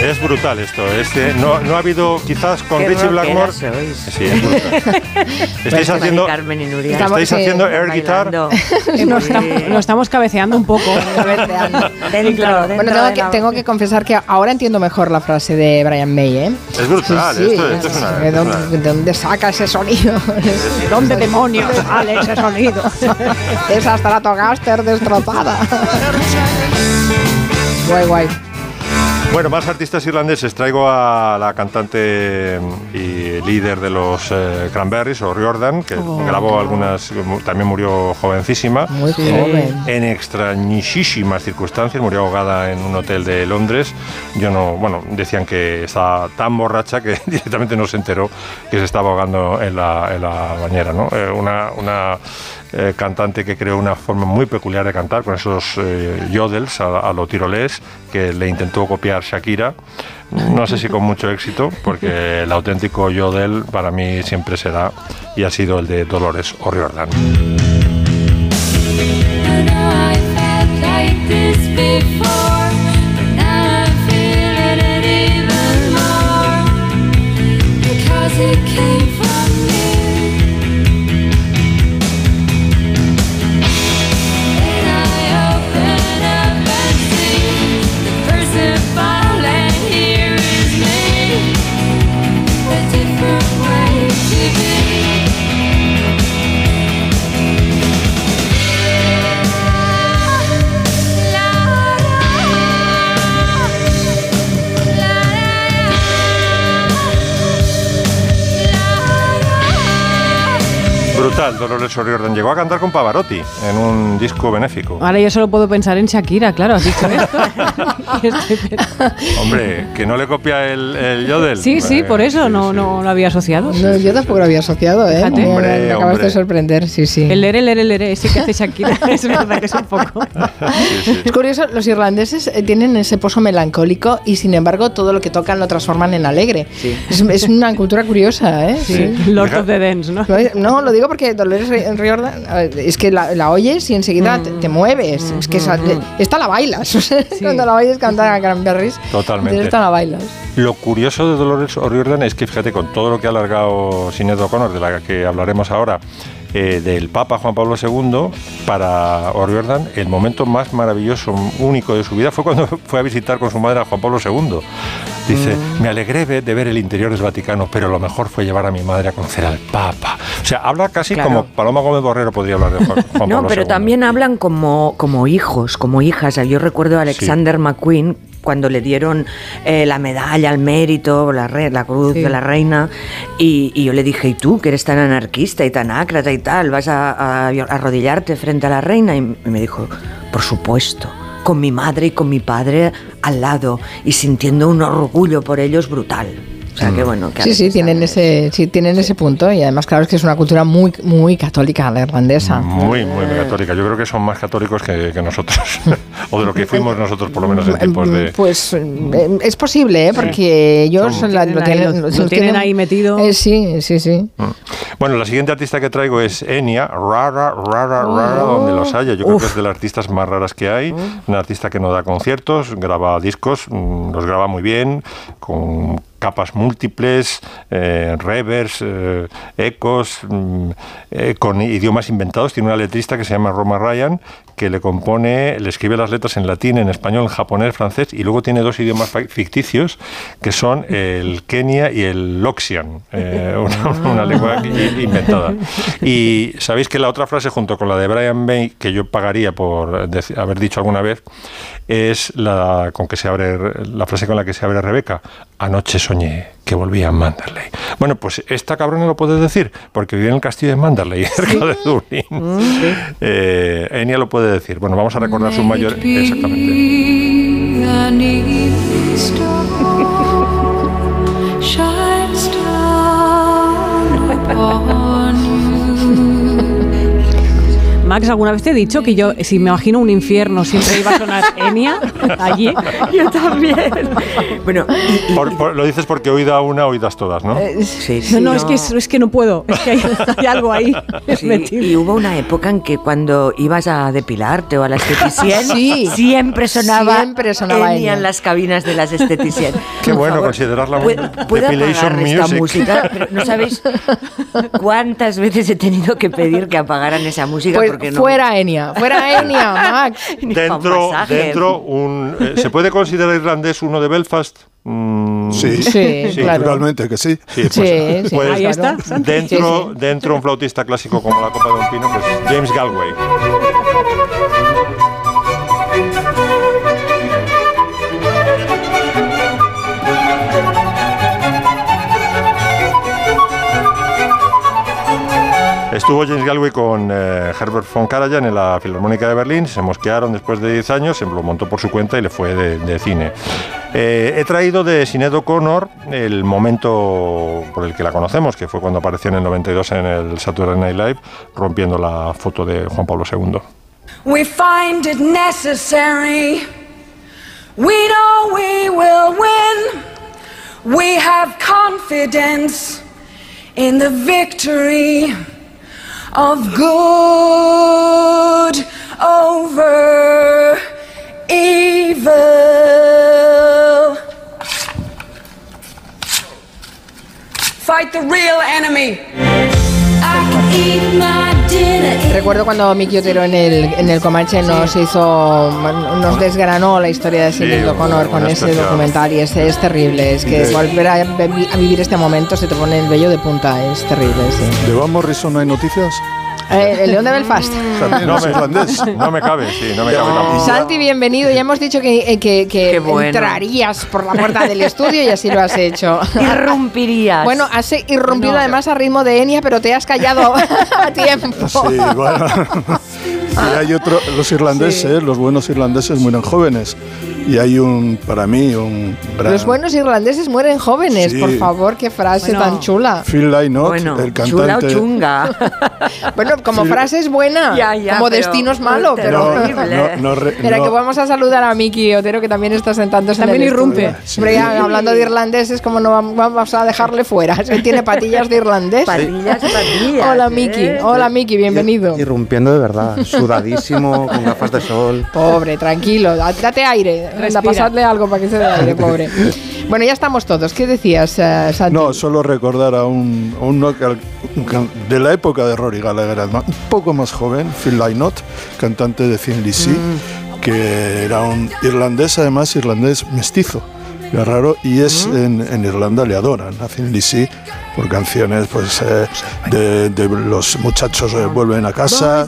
Es brutal esto. Es, eh, no, no ha habido, quizás con Qué Richie Blackmore. sois. Sí, es brutal. Estáis haciendo, Carmen y Nuria. estáis haciendo air guitar. Nos estamos, nos estamos cabeceando un poco. Cabeceando. Dentro, Claro. dentro Bueno, tengo de que, la- tengo que confesar que ahora entiendo mejor la frase de Brian May, ¿eh? Es brutal. Sí, sí, esto, esto es una, ¿De esto es dónde, una- de dónde saca ese sonido? ¿De dónde demonios sale ese sonido? Esa Stratocaster destrozada. Guay, guay. Bueno, más artistas irlandeses. Traigo a la cantante y líder de los eh, Cranberries, o Riordan, que Oh, grabó algunas, también murió jovencísima. Muy joven. En extrañísimas circunstancias, murió ahogada en un hotel de Londres. Yo no, bueno, decían que estaba tan borracha que directamente no se enteró que se estaba ahogando en la, en la bañera, ¿no? Eh, una, una eh, cantante que creó una forma muy peculiar de cantar, con esos eh, yodels a, a lo tirolés, que le intentó copiar Shakira. No sé si con mucho éxito, porque el auténtico yodel para mí siempre será y ha sido el de Dolores O'Riordan. Brutal, Dolores O'Riordan. Llegó a cantar con Pavarotti en un disco benéfico. Ahora yo solo puedo pensar en Shakira, claro, has dicho esto. Hombre, que no le copia el, el yodel. Sí, sí, por eso sí, no, sí. no lo había asociado. No, yo tampoco lo había asociado, ¿eh? Fíjate. Me- Hombre, me acabas hombre. de sorprender, sí, sí. El lere, lere, lere, sí que hace Shakira, es verdad que es un poco. Sí, sí. Es curioso, los irlandeses eh, tienen ese pozo melancólico y sin embargo todo lo que tocan lo transforman en alegre. Es, es una cultura curiosa, ¿eh? Sí, Lord of the Dance, ¿no? No, lo digo porque Dolores Riordan eh, es que la, la oyes y enseguida te, te mueves. Es que esa, esta la bailas. O sea, cuando la oyes cantar a Cranberries, Totalmente. esta la bailas. Lo curioso de Dolores O'Riordan es que, fíjate, con todo lo que ha alargado Sinéad O'Connor, de la que hablaremos ahora, eh, del Papa Juan Pablo segundo, para O'Riordan el momento más maravilloso, único de su vida fue cuando fue a visitar con su madre a Juan Pablo segundo. Dice, Mm. me alegré de de ver el interior del Vaticano, pero lo mejor fue llevar a mi madre a conocer al Papa. O sea, habla casi Claro. como Paloma Gómez Borrero podría hablar de Juan, Juan No, Pablo pero segundo. también hablan como, como hijos, como hijas. Yo recuerdo a Alexander McQueen cuando le dieron eh, la medalla al mérito, la, re- la cruz Sí. de la reina, y, y yo le dije, ¿y tú, que eres tan anarquista y tan ácrata y tal, vas a, a arrodillarte frente a la reina? Y me dijo, por supuesto, con mi madre y con mi padre al lado, y sintiendo un orgullo por ellos brutal. O sea, que bueno, que a Sí, sí, veces tienen ese, sí, tienen ese punto y además, claro, es que es una cultura muy, muy católica la irlandesa. Muy, muy católica. Yo creo que son más católicos que, que nosotros, o de lo que fuimos nosotros, por lo menos en tiempos de... Pues eh, es posible, ¿eh? Porque ellos Son- la- Tienen lo ahí, tienen, lo- lo tienen ahí metido. Eh, sí, sí, sí. Bueno, la siguiente artista que traigo es Enya, rara, rara, rara, donde los haya. Yo creo que es de las artistas más raras que hay. Una artista que no da conciertos, graba discos, mm, los graba muy bien, con capas múltiples, eh, reverbs, eh, ecos, mm, eh, con idiomas inventados. Tiene una letrista que se llama Roma Ryan, que le compone, le escribe las letras en latín, en español, en japonés, francés, y luego tiene dos idiomas fa- ficticios, que son el Kenia y el Loxian, eh, una, una lengua i- inventada. Y sabéis que la otra frase, junto con la de Brian May, que yo pagaría por dec- haber dicho alguna vez, es la con que se abre la frase con la que se abre Rebeca. Anoche soñé que volvía a Manderley. Bueno, pues esta cabrona lo puede decir, porque vive en el castillo de Manderley, cerca de Dublín. Eh, Enya lo puede decir. Bueno, vamos a recordar su mayor... Exactamente. Max, alguna vez te he dicho que yo, si me imagino un infierno, siempre iba a sonar Enya allí. Yo también. Bueno, y, y, por, por, lo dices porque oídas una, oídas todas, ¿no? Eh, sí, sí, no, no, no. Es, que, es, es que no puedo, es que hay, hay algo ahí. Sí, y hubo una época en que cuando ibas a depilarte o a la esteticien, sí, siempre sonaba, siempre sonaba Enya en las cabinas de las esteticien. Qué Por bueno favor, considerarla ¿puedo apagar esta música? Pero no sabéis cuántas veces he tenido que pedir que apagaran esa música. Pues porque no... fuera Enya, fuera Enya, Max. Dentro, dentro un, eh, ¿se puede considerar irlandés uno de Belfast? Mm, sí, sí, sí, claro. Naturalmente que sí. Sí, pues, sí, sí, pues ahí está. Dentro, sí, sí. dentro un flautista clásico como la copa de un pino, que es James Galway. Estuvo James Galway con eh, Herbert von Karajan en la Filarmónica de Berlín, se mosquearon después de diez años, se lo montó por su cuenta y le fue de, de cine. Eh, he traído de Sinéad O'Connor el momento por el que la conocemos, que fue cuando apareció en el noventa y dos en el Saturday Night Live, rompiendo la foto de Juan Pablo segundo. We find it necessary. We know we will win. We have confidence in the victory of good over evil. Fight the real enemy. I can eat my dinner. Recuerdo cuando Miki Otero en el, en el Comanche nos hizo, nos desgranó la historia de Sinéad sí, O'Connor con ese especial. documental y es, es terrible, es que sí. volver a, a vivir este momento se te pone el vello de punta, es terrible. Sí. ¿De Van Morrison no hay noticias? Eh, el León de Belfast. También no, es irlandés. No me cabe, sí, no me cabe. No. Santi, bienvenido. Ya hemos dicho que, que, que bueno. entrarías por la puerta del estudio y así lo has hecho. Irrumpirías. Bueno, has irrumpido no, además a ritmo de Enya, pero te has callado a tiempo. Sí, bueno. Y hay otro, los irlandeses, sí. los buenos irlandeses mueren jóvenes. Y hay un, para mí, un gran... Los buenos irlandeses mueren jóvenes, sí. por favor, qué frase bueno. tan chula. Phil Lynott, bueno, el cantante... chula o chunga. Bueno, como Phil... frase es buena, ya, ya, como destino es malo, pero... No, no, no, re, Espera, no. que vamos a saludar a Miki Otero, que también está sentándose también en el irrumpe. Sí. Hombre, ya, hablando de irlandeses, como no vamos a dejarle fuera. Es que tiene patillas de irlandés. Patillas, patillas. Hola, Miki. ¿eh? Hola, Miki, bienvenido. Irrumpiendo de verdad, sudadísimo, con gafas de sol. Pobre, tranquilo, date aire, a pasarle algo para que se dé aire, pobre. Bueno, ya estamos todos. ¿Qué decías, uh, Santi? No, solo recordar a un, a un de la época de Rory Gallagher, un poco más joven, Phil Lynott, cantante de Thin Lizzy, mm. que era un irlandés, además irlandés mestizo. Era raro, y es mm. en, en Irlanda le adoran a Thin Lizzy por canciones pues eh, de, de los muchachos eh, vuelven a casa,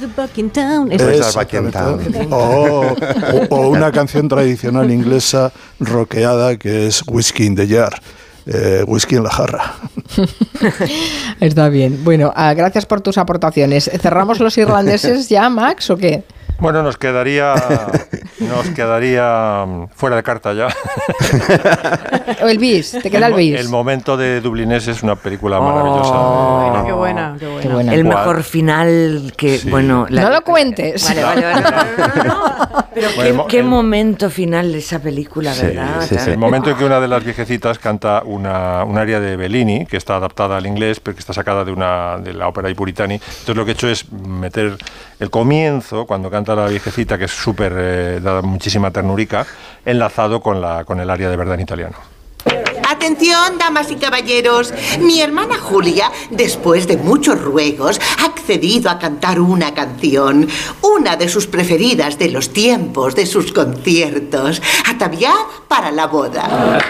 o, o, o una canción tradicional inglesa rockeada que es Whiskey in the Jar. Eh, whisky en la jarra. Está bien. Bueno, uh, gracias por tus aportaciones. ¿Cerramos los irlandeses ya, Max, o qué? Bueno, nos quedaría nos quedaría fuera de carta ya. O el bis, te queda el, el bis. El momento de Dublinés es una película maravillosa. Oh, no, qué buena, qué buena. Qué buena. El mejor final que, sí. bueno... La, no lo cuentes. Vale, vale, vale. No, no, no. Pero bueno, qué, qué el, momento final de esa película, sí, ¿verdad? Sí, sí. El momento en que una de las viejecitas canta una, un aria de Bellini, que está adaptada al inglés, pero que está sacada de, una, de la ópera I Puritani. Entonces lo que he hecho es meter el comienzo, cuando canta la viejecita, que es súper, eh, da muchísima ternurica, enlazado con, la, con el aria de verdad en italiano. Atención, damas y caballeros. Mi hermana Julia, después de muchos ruegos, ha accedido a cantar una canción, una de sus preferidas de los tiempos de sus conciertos, ataviada para la boda.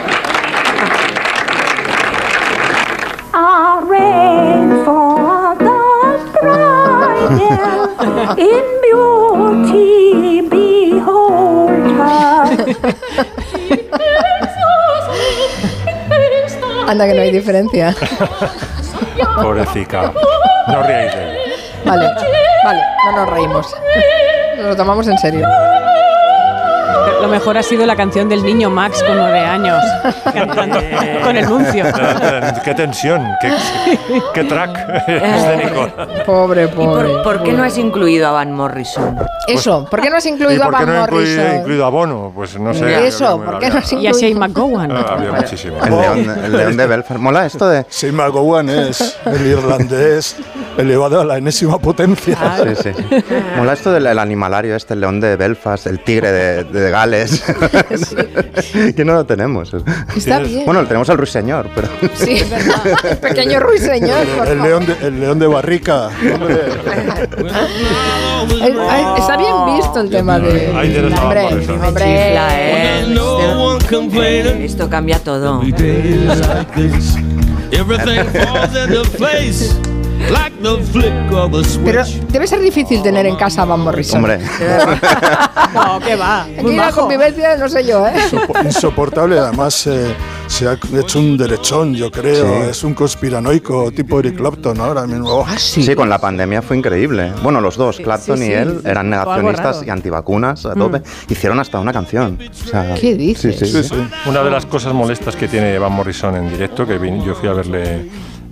I ran for the bridal, in beauty behold her. Anda, que no hay diferencia. Pobrecita. No ríais de ella. Vale, vale, no nos reímos. Nos lo tomamos en serio. Lo mejor ha sido la canción del niño Max con nueve años, cantando con el nuncio. Qué tensión, qué, qué track escénico. Pobre, pobre. ¿Y por, por qué no has incluido a Van Morrison? Eso, ¿por qué no has incluido ¿Y a por qué Van no he Morrison? incluido, incluido a Bono? Pues no sé. Eso, ¿por qué no has Y a incluido? Shane McGowan. Ah, había muchísimo. El león, el león de Belfast. Mola esto de... Shane McGowan es el irlandés elevado a la enésima potencia. Ah, sí, sí. Mola esto del el animalario este, el león de Belfast, el tigre de, de Gales. Sí. Que no lo tenemos. Está bien. Bueno, lo tenemos al ruiseñor, pero... Sí, es verdad. El pequeño ruiseñor, por El favor. león de, el león de Barrica. Hombre. Ay, ay, está bien visto el tema de... Ahí tienes a Van Hombre, Morrison. hombre. Chifla, ¿eh? Este- Esto cambia todo. Pero debe ser difícil tener en casa a Van Morrison. Hombre. No, ¿qué va? Muy Aquí la majo. convivencia no sé yo, ¿eh? Insopo- Insoportable, además eh, se ha hecho un derechón, yo creo. Sí. Es un conspiranoico tipo Eric Clapton ahora mismo. Oh. Sí. con la pandemia fue increíble. Bueno, los dos, Clapton sí, sí. y él, eran Fue algo negacionistas raro. y antivacunas a tope. Hicieron hasta una canción. O sea, ¿Qué dices? Sí, sí, Sí, sí. sí. Una de las cosas molestas que tiene Van Morrison en directo, que vine- yo fui a verle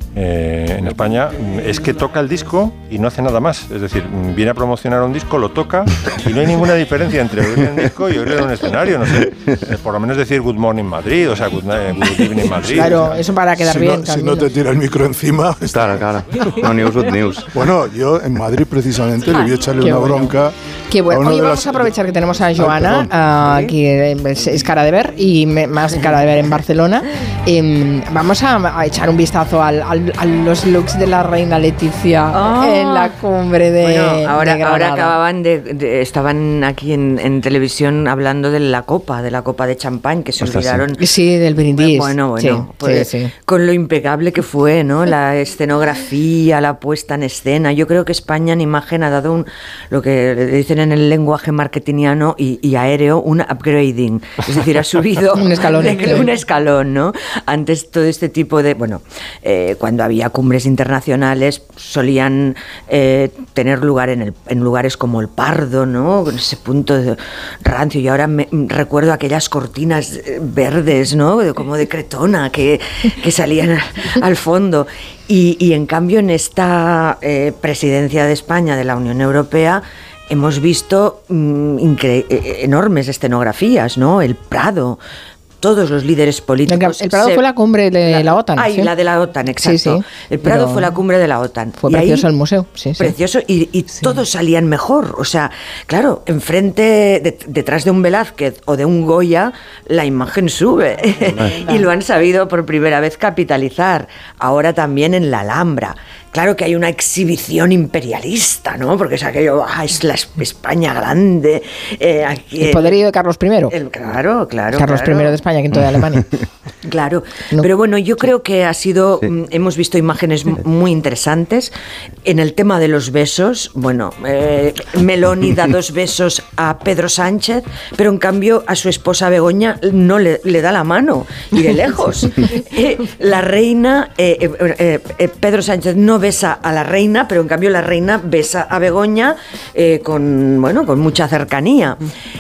eh, en España, es que toca el disco y no hace nada más. Es decir, viene a promocionar un disco, lo toca y no hay ninguna diferencia entre oírlo en disco y oírlo en un escenario. No sé, eh, por lo menos decir Good Morning Madrid, o sea, Good, night, good Evening Madrid. Claro, eso para quedar Si bien. no, si Camilo. no te tira el micro encima. Claro, claro. No news, good news. Bueno, yo en Madrid precisamente le voy a echarle Qué una bueno. bronca. Qué bueno. a uno Hoy de vamos las- a aprovechar que tenemos a Ay, Joana, perdón. ah, que es, es cara de ver y me- más cara de ver en Barcelona. Em, vamos a, a echar un vistazo al- al- a los looks de la reina Leticia Ah. en la cumbre de, Bueno, ahora, de ahora Granada. acababan de, de- estaban aquí en, en televisión hablando de la copa, de la copa de champán, que se Ostras, sí. olvidaron. Sí, del brindis. Bueno, bueno, Sí, pues, sí, sí. con lo impecable que fue, ¿no? La escenografía, la puesta en escena. Yo creo que España en imagen ha dado un, lo que le dicen en el lenguaje marketingiano y, y aéreo, un upgrading. Es decir, ha subido Un escalón. de- un escalón, ¿no? Antes todo este tipo de, bueno, eh, cuando había cumbres internacionales solían eh, tener lugar en, el, en lugares como el Pardo, ¿no? Con ese punto de rancio. Y ahora me, recuerdo aquellas cortinas eh, verdes, ¿no? De- como de Cretona que, que salían a- al fondo. Y, y en cambio en esta eh, presidencia de España de la Unión Europea hemos visto mm, incre- eh, enormes escenografías, ¿no? El Prado. Todos los líderes políticos. El Prado se- fue la cumbre de la OTAN. Ay, sí. la de la OTAN, exacto. Sí, sí, el Prado pero fue la cumbre de la OTAN. Fue Y ahí- precioso el museo. Sí, sí. Precioso, y, y todos salían mejor. O sea, claro, enfrente, de- detrás de un Velázquez o de un Goya, la imagen sube. Y lo han sabido por primera vez capitalizar. Ahora también en la Alhambra. Claro que hay una exhibición imperialista, ¿no? Porque es aquello, ah, es la es- España grande. eh, aquí, El poderío de Carlos primero. el- claro, claro. Carlos claro. primero de España, quinto de Alemania. Claro, No. pero bueno, yo creo que ha sido, mm, hemos visto imágenes m- muy interesantes. En el tema de los besos, bueno, eh, Meloni da dos besos a Pedro Sánchez, pero en cambio a su esposa Begoña no le, le da la mano, y de lejos. Eh, la reina, eh, eh, eh, eh, Pedro Sánchez no besa a la reina, pero en cambio la reina besa a Begoña eh, con, bueno, con mucha cercanía.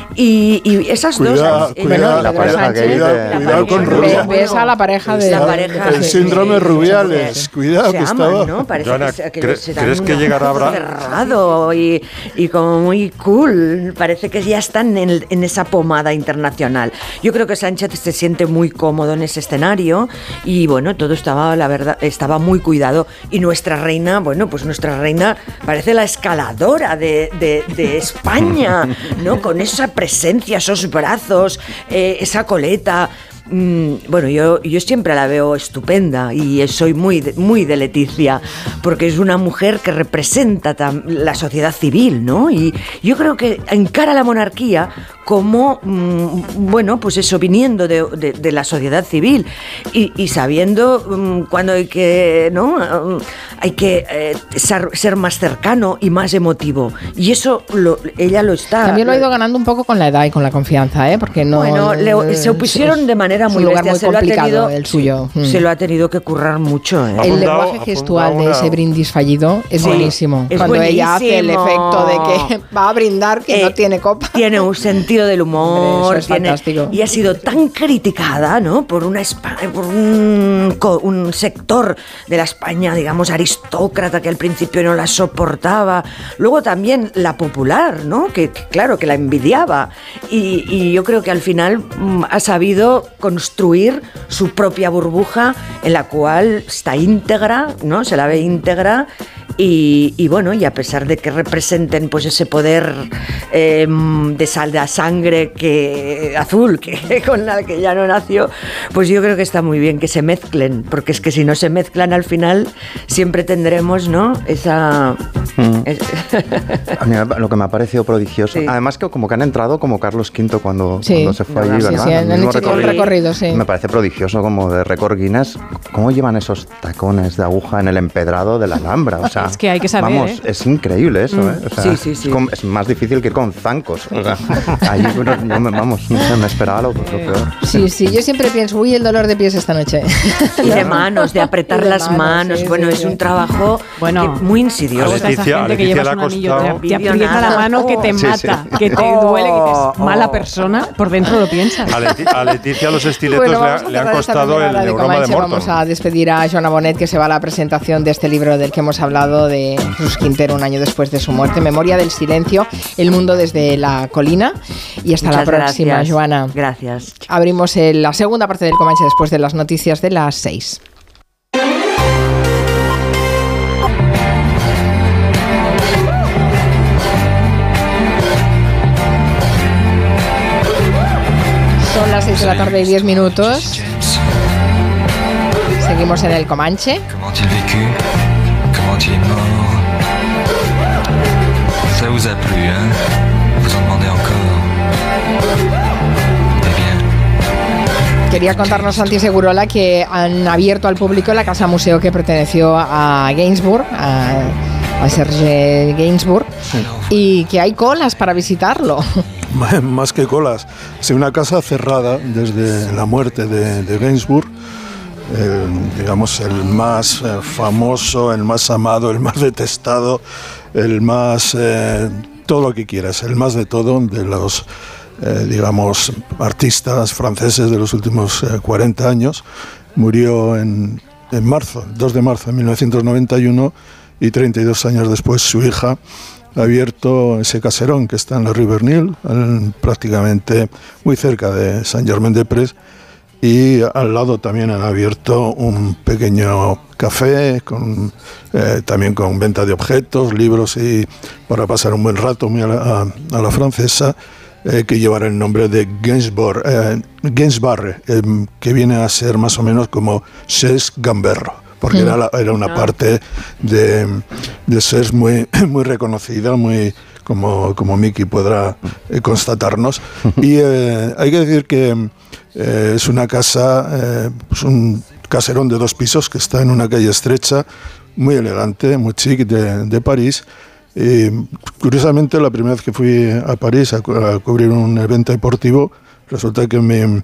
Y, y esas Cuidado, dos... eh, cuidado, la pareja Sánchez, gay de- cuidado, cuidado con Be- Rubiales. Besa a la pareja de... La pareja- El síndrome Sí, Rubiales. se- Cuidado se que aman, estaba. ¿no? Parece Joana, que, se- que ¿cre- se dan crees que un llegará abrazo Abra- cerrado y, y como muy cool. Parece que ya están en, el- en esa pomada internacional. Yo creo que Sánchez se siente muy cómodo en ese escenario y bueno, todo estaba, la verdad, estaba muy cuidado. Y nuestra reina, bueno, pues nuestra reina parece la escaladora de, de- de España, ¿no? Con esa presencia, esos brazos, eh, esa coleta. Mm, bueno, yo, yo siempre la veo estupenda y soy muy de, muy de Leticia, porque es una mujer que representa tam- la sociedad civil, ¿no? Y yo creo que encara la monarquía como, mm, bueno, pues eso, viniendo de, de- de la sociedad civil y, y sabiendo mm, cuándo hay que, ¿no? Mm, hay que eh, ser, ser más cercano y más emotivo. Y eso lo- ella lo está. También lo ha ido ganando un poco con la edad y con la confianza, ¿eh? Porque no... Bueno, le- eh, se opusieron de manera era muy es un lugar bestia. muy Se complicado lo ha tenido, el suyo. Sí, mm. se lo ha tenido que currar mucho. ¿eh? El fundado- lenguaje ha gestual fundado de una- ese brindis fallido es Sí, buenísimo. es Cuando ella hace el buenísimo. efecto de que va a brindar que Eh, no tiene copa. Tiene un sentido del humor. Hombre, eso es tiene- fantástico. Y ha sido tan criticada, ¿no? Por una Espa- por un, co- un sector de la España, digamos, aristócrata, que al principio no la soportaba. Luego también la popular, ¿no? Que, que claro, que la envidiaba. Y, y yo creo que al final mm, ha sabido construir su propia burbuja en la cual está íntegra, ¿no? Se la ve íntegra. Y, y bueno, y a pesar de que representen pues ese poder eh, de sal de la sangre que azul que con la que ya no nació, pues yo creo que está muy bien que se mezclen, porque es que si no se mezclan al final siempre tendremos, ¿no? Esa Mm. es- A mí lo que me ha parecido prodigioso. Sí. Además que como que han entrado como Carlos quinto cuando, Sí. cuando se fue allí, Sí, ¿verdad? sí, El han mismo hecho todo el recorrido, sí. Me parece prodigioso como de récord Guinness. ¿Cómo llevan esos tacones de aguja en el empedrado de la Alhambra? O sea, Es que hay que saber, Vamos, ¿eh? es increíble eso, Mm. ¿eh? O sea, Sí, sí, sí. Es, com- es más difícil que ir con zancos. O sea, allí, bueno, yo me, vamos, no sé, me esperaba lo, lo peor. Sí, sí, yo siempre pienso, uy, el dolor de pies esta noche. y de manos, de apretar Y de las manos, manos. sí, bueno, sí, es sí. un trabajo Bueno, que- muy insidioso. A Esa Leticia- gente a que Leticia llevas le ha un anillo, costado- te, te aprieta la Nada. mano que te Sí, sí. mata, que te Oh, duele, que dices, oh. mala persona, por dentro lo piensas. A, Leti- a Leticia los estiletos Bueno, le, vamos ha- a le han cerrar esta costado primera el hora de neuroma de Comanche. Morton. Vamos a despedir a Joana Bonet, que se va a la presentación de este libro del que hemos hablado, de Jesús Quintero, un año después de su muerte, Memoria del silencio, el mundo desde la colina. Y hasta Muchas la próxima, gracias. Joana. Gracias. Abrimos el- la segunda parte del Comanche después de las noticias de las seis. Son las seis de la tarde y diez minutos. Seguimos en el Comanche. Comment il vécu? Comment il est mort? Ça vous a plu, hein? Vous en demandez encore? Eh bien. Quería contarnos Santi Segurola que han abierto al público la casa museo que perteneció a Gainsbourg, a, a Serge Gainsbourg, y que hay colas para visitarlo. Más que colas. Es una casa cerrada desde la muerte de, de Gainsbourg. El, digamos, el más eh, famoso, el más amado, el más detestado, el más, eh, todo lo que quieras, el más de todo de los, eh, digamos, artistas franceses de los últimos eh, cuarenta años. Murió en, en marzo, el dos de marzo de mil novecientos noventa y uno, y treinta y dos años después su hija ha abierto ese caserón que está en la Rue Vernil, al- prácticamente muy cerca de Saint-Germain-des-Prés. Y al lado también han abierto un pequeño café, con, eh, también con venta de objetos, libros y para pasar un buen rato muy a la, a, a la francesa, eh, que llevará el nombre de Gainsbourg, eh, Gainsbarre, eh, que viene a ser más o menos como Cés Gamberro, porque Mm. era, la- era una parte de, de Cés muy, muy reconocida, muy como, como Miki podrá eh, constatarnos. Y eh, hay que decir que eh, es una casa, eh, es un caserón de dos pisos que está en una calle estrecha, muy elegante, muy chic de, de París. Y curiosamente, la primera vez que fui a París a, cu- a cubrir un evento deportivo, resulta que me,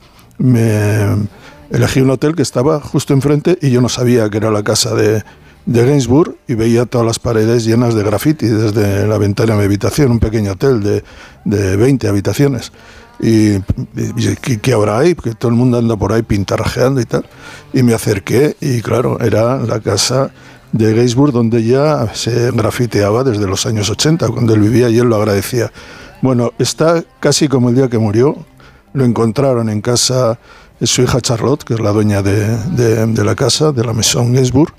me elegí un hotel que estaba justo enfrente y yo no sabía que era la casa de, de Gainsbourg, y veía todas las paredes llenas de graffiti desde la ventana de mi habitación, un pequeño hotel de, de veinte habitaciones. Y, y, y ¿qué, qué habrá ahí? Porque todo el mundo anda por ahí pintarrajeando y tal. Y me acerqué y claro, era la casa de Gainsbourg, donde ya se grafiteaba desde los años ochenta, cuando él vivía y él lo agradecía. Bueno, está casi como el día que murió. Lo encontraron en casa de su hija Charlotte, que es la dueña de, de, de la casa, de la Maison Gainsbourg.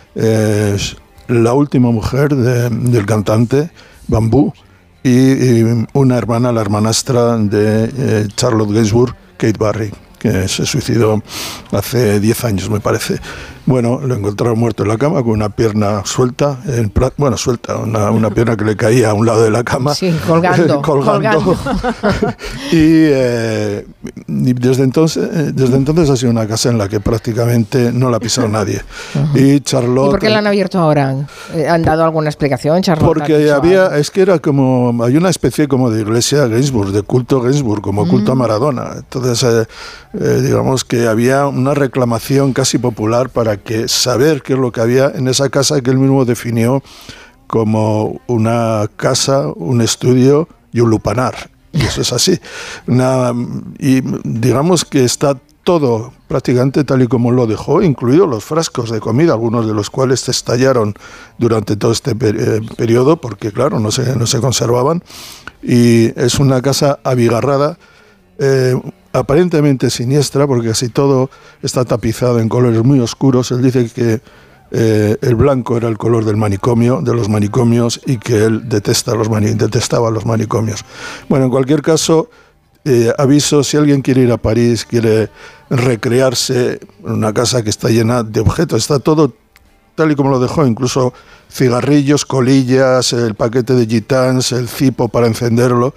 Es la última mujer de, del cantante Bambú, y, y una hermana, la hermanastra de eh, Charlotte Gainsbourg, Kate Barry, que se suicidó hace diez años, me parece. Bueno, lo encontraron muerto en la cama con una pierna suelta, en pla- bueno, suelta, una, una pierna que le caía a un lado de la cama. Sí, colgando. colgando. colgando. y, eh, y desde entonces, desde entonces ha sido una casa en la que prácticamente no la ha pisado nadie. Uh-huh. Y Charlotte... ¿Y por qué la han abierto ahora? ¿Han dado alguna explicación, Charlotte? Porque había, es que era como, hay una especie como de iglesia Gainsbourg, de culto Gainsbourg, como mm. culto a Maradona. Entonces, eh, eh, digamos que había una reclamación casi popular para que saber qué es lo que había en esa casa que él mismo definió como una casa, un estudio y un lupanar. Y eso es así. Una, y digamos que está todo prácticamente tal y como lo dejó, incluidos los frascos de comida, algunos de los cuales se estallaron durante todo este per- eh, periodo, porque claro, no se, no se conservaban. Y es una casa abigarrada, eh, aparentemente siniestra, porque casi todo está tapizado en colores muy oscuros. Él dice que eh, el blanco era el color del manicomio, de los manicomios, y que él detesta los mani- detestaba los manicomios. Bueno, en cualquier caso, eh, aviso, si alguien quiere ir a París, quiere recrearse en una casa que está llena de objetos, está todo tal y como lo dejó, incluso cigarrillos, colillas, el paquete de gitans, el cipo para encenderlo,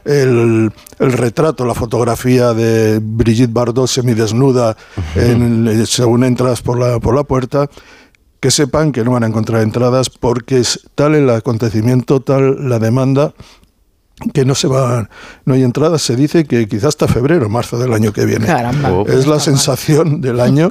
el, el retrato, la fotografía de Brigitte Bardot semidesnuda en, según entras por la, por la puerta. Que sepan que no van a encontrar entradas porque es tal el acontecimiento, tal la demanda, que no se va, no hay entradas. Se dice que quizás hasta febrero, marzo del año que viene. Caramba. Es la sensación del año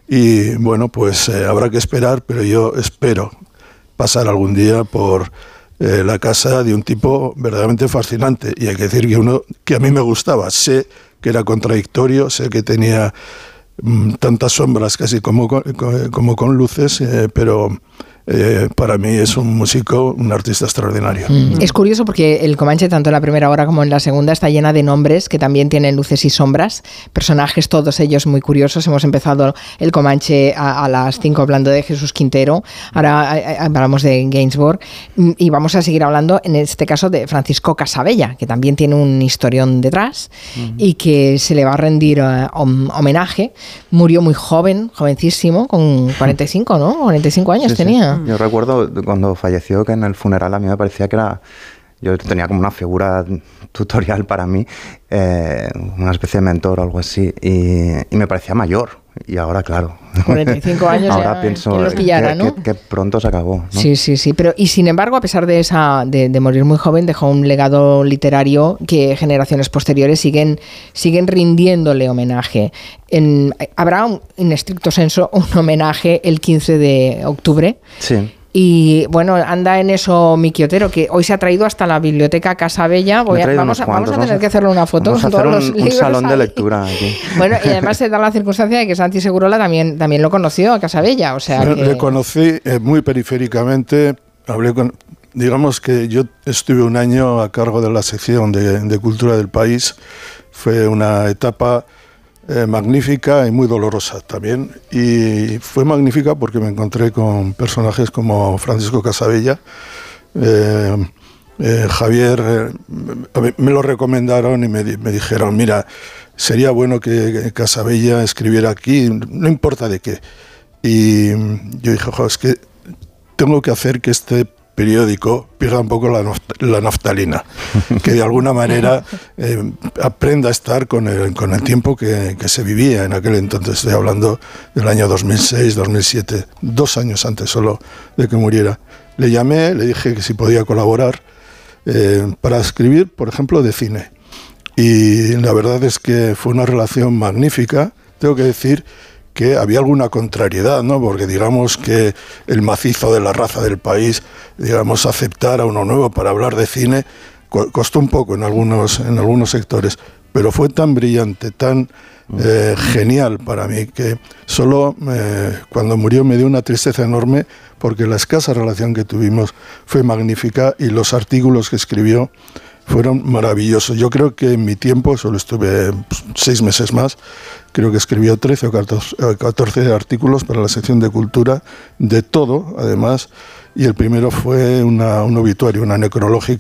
y bueno, pues eh, habrá que esperar, pero yo espero pasar algún día por eh, la casa de un tipo verdaderamente fascinante. Y hay que decir que uno que a mí me gustaba, sé que era contradictorio, sé que tenía mmm, tantas sombras casi como con, como con luces, eh, pero Eh, para mí es un músico, un artista extraordinario. Mm. Es curioso porque el Comanche, tanto en la primera hora como en la segunda, está llena de nombres que también tienen luces y sombras, personajes todos ellos muy curiosos. Hemos empezado el Comanche a, a las cinco hablando de Jesús Quintero, ahora a, a, hablamos de Gainsbourg y vamos a seguir hablando en este caso de Francisco Casabella, que también tiene un historión detrás uh-huh. y que se le va a rendir uh, homenaje. Murió muy joven, jovencísimo, con cuarenta y cinco, ¿no? cuarenta y cinco años sí, tenía. Sí. Yo recuerdo cuando falleció que en el funeral a mí me parecía que era... Yo tenía como una figura tutorial para mí, eh, una especie de mentor o algo así, y, y me parecía mayor. Y ahora, claro. cuarenta y cinco años ahora ya, pienso que, pillara, que, ¿no? que, que pronto se acabó, ¿no? Sí, sí, sí. Pero, y sin embargo, a pesar de esa de, de morir muy joven, dejó un legado literario que generaciones posteriores siguen, siguen rindiéndole homenaje. En, habrá, un, en estricto senso, un homenaje el quince de octubre. Sí. Y bueno, anda en eso Miki Otero, que hoy se ha traído hasta la biblioteca Casabella. Voy a, vamos, a, vamos a tener vamos que hacerle una foto vamos con a hacer todos un, los libros un salón ahí. de lectura aquí. Bueno, y además se da la circunstancia de que Santi Segurola también, también lo conoció a Casabella. O sea Le, que... le conocí eh, muy periféricamente. Hablé con, digamos que yo estuve un año a cargo de la sección de, de Cultura del País. Fue una etapa Eh, magnífica y muy dolorosa también, y fue magnífica porque me encontré con personajes como Francisco Casabella, eh, eh, Javier, eh, me lo recomendaron y me, me dijeron, mira, sería bueno que Casabella escribiera aquí, no importa de qué, y yo dije, jo, es que tengo que hacer que este periódico pierda un poco la, la naftalina, que de alguna manera eh, aprenda a estar con el, con el tiempo que, que se vivía en aquel entonces. Estoy hablando del año dos mil seis, dos mil siete, dos años antes solo de que muriera. Le llamé, le dije que si podía colaborar eh, para escribir, por ejemplo, de cine. Y la verdad es que fue una relación magnífica. Tengo que decir que había alguna contrariedad, ¿no? Porque digamos que el macizo de la raza del país, digamos, aceptar a uno nuevo para hablar de cine, co- costó un poco en algunos, en algunos sectores, pero fue tan brillante, tan eh, genial para mí, que solo eh, cuando murió me dio una tristeza enorme, porque la escasa relación que tuvimos fue magnífica y los artículos que escribió fueron maravillosos. Yo creo que en mi tiempo, solo estuve pues, seis meses más, creo que escribió trece o catorce artículos para la sección de cultura, de todo, además, y el primero fue una, un obituario, una necrológica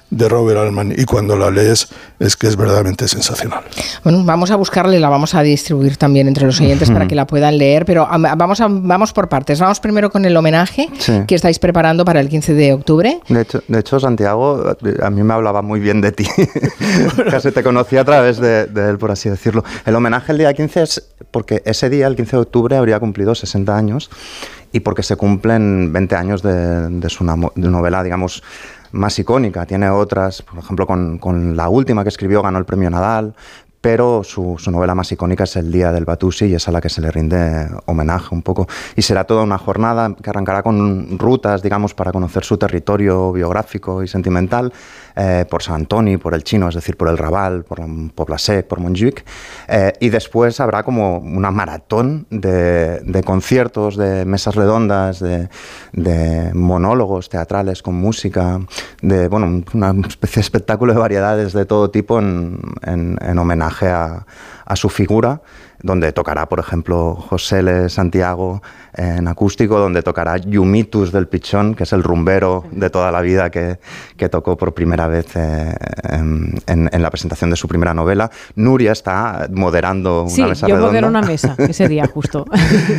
de Robert Altman, y cuando la lees es que es verdaderamente sensacional. Bueno, vamos a buscarle, la vamos a distribuir también entre los oyentes para que la puedan leer, pero vamos, a, vamos por partes. Vamos primero con el homenaje sí. que estáis preparando para el quince de octubre. De hecho, de hecho, Santiago, a mí me hablaba muy bien de ti. Casi te conocí a través de, de él, por así decirlo. El homenaje el día quince es porque ese día, el quince de octubre, habría cumplido sesenta años y porque se cumplen veinte años de, de su de novela, digamos, más icónica. Tiene otras, por ejemplo, con, con la última que escribió ganó el premio Nadal, pero su, su novela más icónica es El Día del Batusi y es a la que se le rinde homenaje un poco. Y será toda una jornada que arrancará con rutas, digamos, para conocer su territorio biográfico y sentimental, eh, por Sant Antoni, por el Chino, es decir, por el Raval, por Pobla-sec, por Montjuïc, eh, y después habrá como una maratón de, de conciertos, de mesas redondas, de, de monólogos teatrales con música, de bueno, una especie de espectáculo de variedades de todo tipo en, en, en homenaje a, a su figura, donde tocará, por ejemplo, José L. Santiago en acústico, donde tocará Yumitus del Pichón, que es el rumbero de toda la vida que, que tocó por primera vez eh, en, en, en la presentación de su primera novela. Nuria está moderando una sí, mesa redonda. Sí, yo modero redonda. una mesa ese día justo.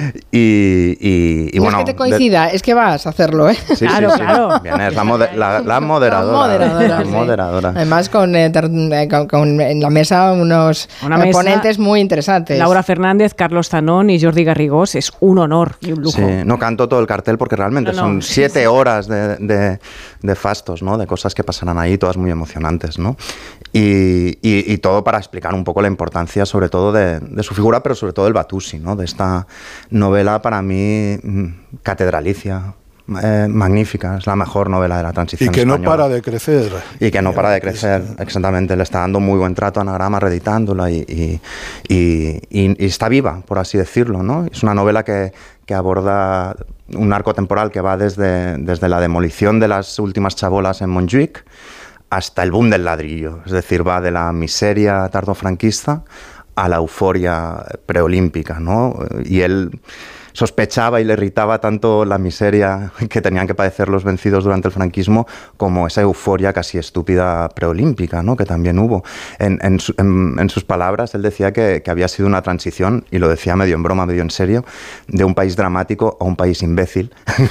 y, y, y no bueno, es que te coincida, de... es que vas a hacerlo, ¿eh? Sí, claro, sí, sí. claro. Bien, es la, moder la, la moderadora. La moderadora. La sí. moderadora. Además, con, eh, con, con en la mesa unos una mesa, ponentes muy interesantes. Laura Fernández, Carlos Zanón y Jordi Garrigós. Es un honor y un lujo. Sí, no canto todo el cartel porque realmente no, no, son siete sí, sí. horas de, de, de fastos, ¿no? De cosas que pasarán ahí, todas muy emocionantes, ¿no? Y, y, y todo para explicar un poco la importancia, sobre todo, de, de su figura, pero sobre todo del Batusi, ¿no? De esta novela, para mí, catedralicia. Eh, magnífica, es la mejor novela de la transición y que española. no para de crecer y que no para de crecer, exactamente, le está dando muy buen trato a Anagrama reeditándola y, y, y, y, y está viva, por así decirlo, ¿no? Es una novela que, que aborda un arco temporal que va desde, desde la demolición de las últimas chabolas en Montjuïc hasta el boom del ladrillo, es decir, va de la miseria tardofranquista a la euforia preolímpica, ¿no? Y él sospechaba y le irritaba tanto la miseria que tenían que padecer los vencidos durante el franquismo como esa euforia casi estúpida preolímpica, ¿no? Que también hubo. En, en, su, en, en sus palabras, él decía que, que había sido una transición, y lo decía medio en broma, medio en serio, de un país dramático a un país imbécil.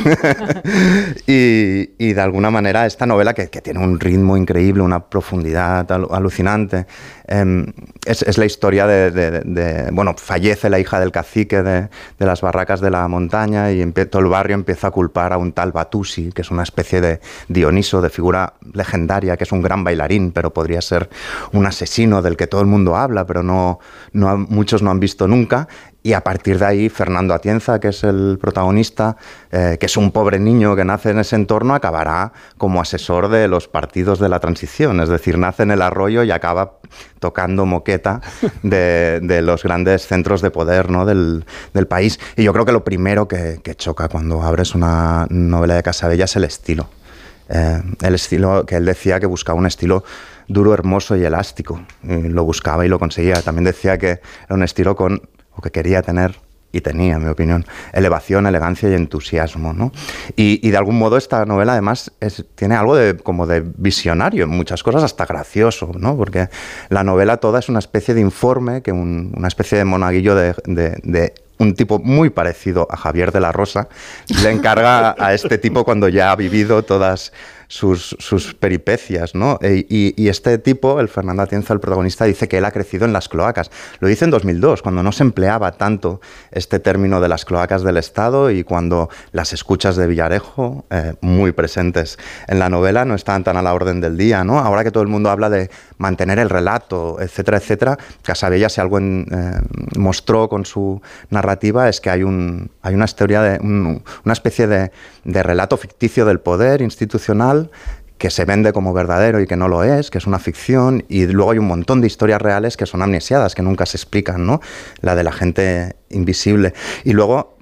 y, y de alguna manera esta novela, que, que tiene un ritmo increíble, una profundidad al, alucinante, eh, es, es la historia de, de, de, de... Bueno, fallece la hija del cacique de, de las barracas de la montaña y todo el barrio empieza a culpar a un tal Batusi, que es una especie de Dioniso, de figura legendaria, que es un gran bailarín, pero podría ser un asesino del que todo el mundo habla, pero no, no muchos no han visto nunca. Y a partir de ahí, Fernando Atienza, que es el protagonista, eh, que es un pobre niño que nace en ese entorno, acabará como asesor de los partidos de la transición. Es decir, nace en el Arroyo y acaba tocando moqueta de, de los grandes centros de poder, ¿no? del, del país. Y yo creo que lo primero que, que choca cuando abres una novela de Casabella es el estilo. Eh, el estilo que él decía que buscaba un estilo duro, hermoso y elástico. Y lo buscaba y lo conseguía. También decía que era un estilo con... o que quería tener, y tenía, en mi opinión, elevación, elegancia y entusiasmo, ¿no? Y, y de algún modo esta novela, además, es, tiene algo de, como de visionario, en muchas cosas hasta gracioso, ¿no? Porque la novela toda es una especie de informe, que un, una especie de monaguillo de... de, de un tipo muy parecido a Javier de la Rosa, le encarga a este tipo cuando ya ha vivido todas sus, sus peripecias, ¿no? E, y, y este tipo, el Fernando Atienza, el protagonista, dice que él ha crecido en las cloacas. Lo dice en dos mil dos, cuando no se empleaba tanto este término de las cloacas del Estado y cuando las escuchas de Villarejo, eh, muy presentes en la novela, no estaban tan a la orden del día, ¿no? Ahora que todo el mundo habla de mantener el relato, etcétera, etcétera, Casabella, si algo en, eh, mostró con su narrativa, es que hay, un, hay una historia de un, una especie de, de relato ficticio del poder institucional que se vende como verdadero y que no lo es, que es una ficción, y luego hay un montón de historias reales que son amnesiadas, que nunca se explican, ¿no? La de la gente invisible. Y luego,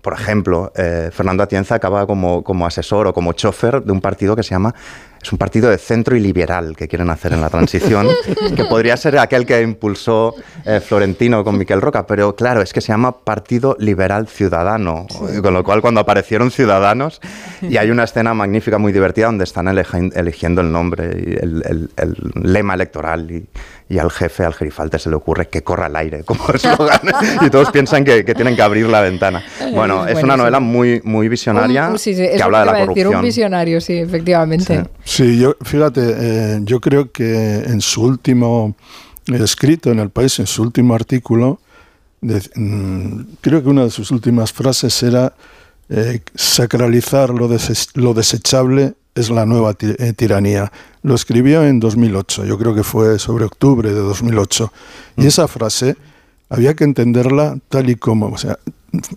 por ejemplo, eh, Fernando Atienza acaba como, como asesor o como chofer de un partido que se llama, es un partido de centro y liberal que quieren hacer en la transición, que podría ser aquel que impulsó eh, Florentino con Miquel Roca, pero claro, es que se llama Partido Liberal Ciudadano, con lo cual cuando aparecieron Ciudadanos, y hay una escena magnífica, muy divertida, donde están eligiendo el nombre, y el, el, el lema electoral, y, y al jefe, al gerifalte, se le ocurre que corra al aire como eslogan, y todos piensan que, que tienen que abrir la ventana. Bueno, es, es una novela muy, muy visionaria, un, sí, sí, que habla de la corrupción. Decir, un visionario, sí, efectivamente. Sí. Sí, yo, fíjate, eh, yo creo que en su último escrito en El País, en su último artículo, de, mm, creo que una de sus últimas frases era eh, sacralizar lo, des lo desechable es la nueva ti eh, tiranía. Lo escribió en dos mil ocho, yo creo que fue sobre octubre de dos mil ocho. Mm. Y esa frase había que entenderla tal y como, o sea,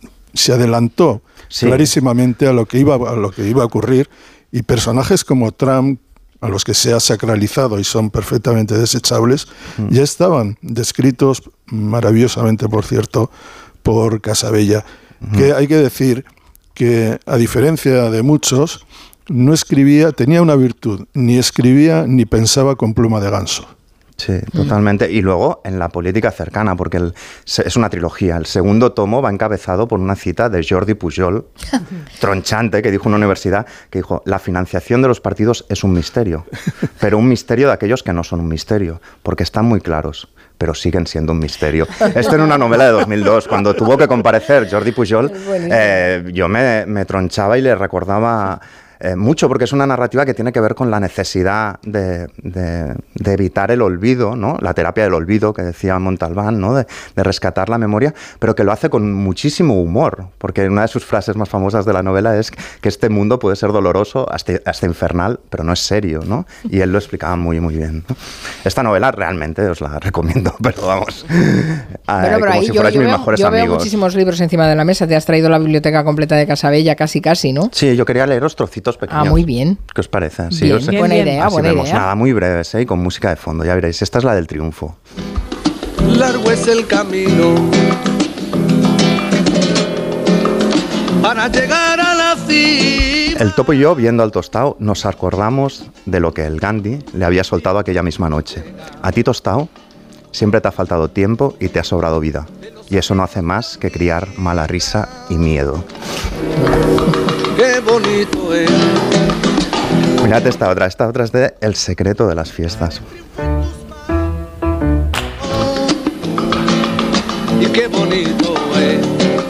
se adelantó sí. clarísimamente a lo que iba a lo que iba a ocurrir. Y personajes como Trump, a los que se ha sacralizado y son perfectamente desechables, mm. ya estaban descritos maravillosamente, por cierto, por Casabella. Mm. Que hay que decir que, a diferencia de muchos, no escribía, tenía una virtud, ni escribía ni pensaba con pluma de ganso. Sí, totalmente. Y luego en la política cercana, porque el, es una trilogía. El segundo tomo va encabezado por una cita de Jordi Pujol, tronchante, que dijo en una universidad, que dijo, la financiación de los partidos es un misterio, pero un misterio de aquellos que no son un misterio, porque están muy claros, pero siguen siendo un misterio. Esto en una novela de dos mil dos, cuando tuvo que comparecer Jordi Pujol, eh, yo me, me tronchaba y le recordaba... Eh, mucho, porque es una narrativa que tiene que ver con la necesidad de, de, de evitar el olvido, ¿no? La terapia del olvido que decía Montalbán, ¿no? de, de rescatar la memoria, pero que lo hace con muchísimo humor, porque una de sus frases más famosas de la novela es que este mundo puede ser doloroso, hasta, hasta infernal, pero no es serio, ¿no? Y él lo explicaba muy, muy bien, ¿no? Esta novela realmente os la recomiendo, pero vamos, eh, bueno, pero como ahí si yo, fuerais yo mis veo, mejores yo amigos. Veo muchísimos libros encima de la mesa, te has traído la biblioteca completa de Casabella, casi, casi, ¿no? Sí, yo quería leeros trocitos pequeños. Ah, muy bien. ¿Qué os parece? Sí, bien, os... bien, buena idea, Así buena vemos, idea. Nada, muy breves, ¿eh? Y con música de fondo, ya veréis. Esta es la del triunfo. Largo es el camino para llegar a la cima. El Topo y yo, viendo al Tostao, nos acordamos de lo que el Gandhi le había soltado aquella misma noche. A ti, Tostao, siempre te ha faltado tiempo y te ha sobrado vida. Y eso no hace más que criar mala risa y miedo. Qué bonito es. Mirad esta otra, esta otra es de El secreto de las fiestas. Y qué bonito es.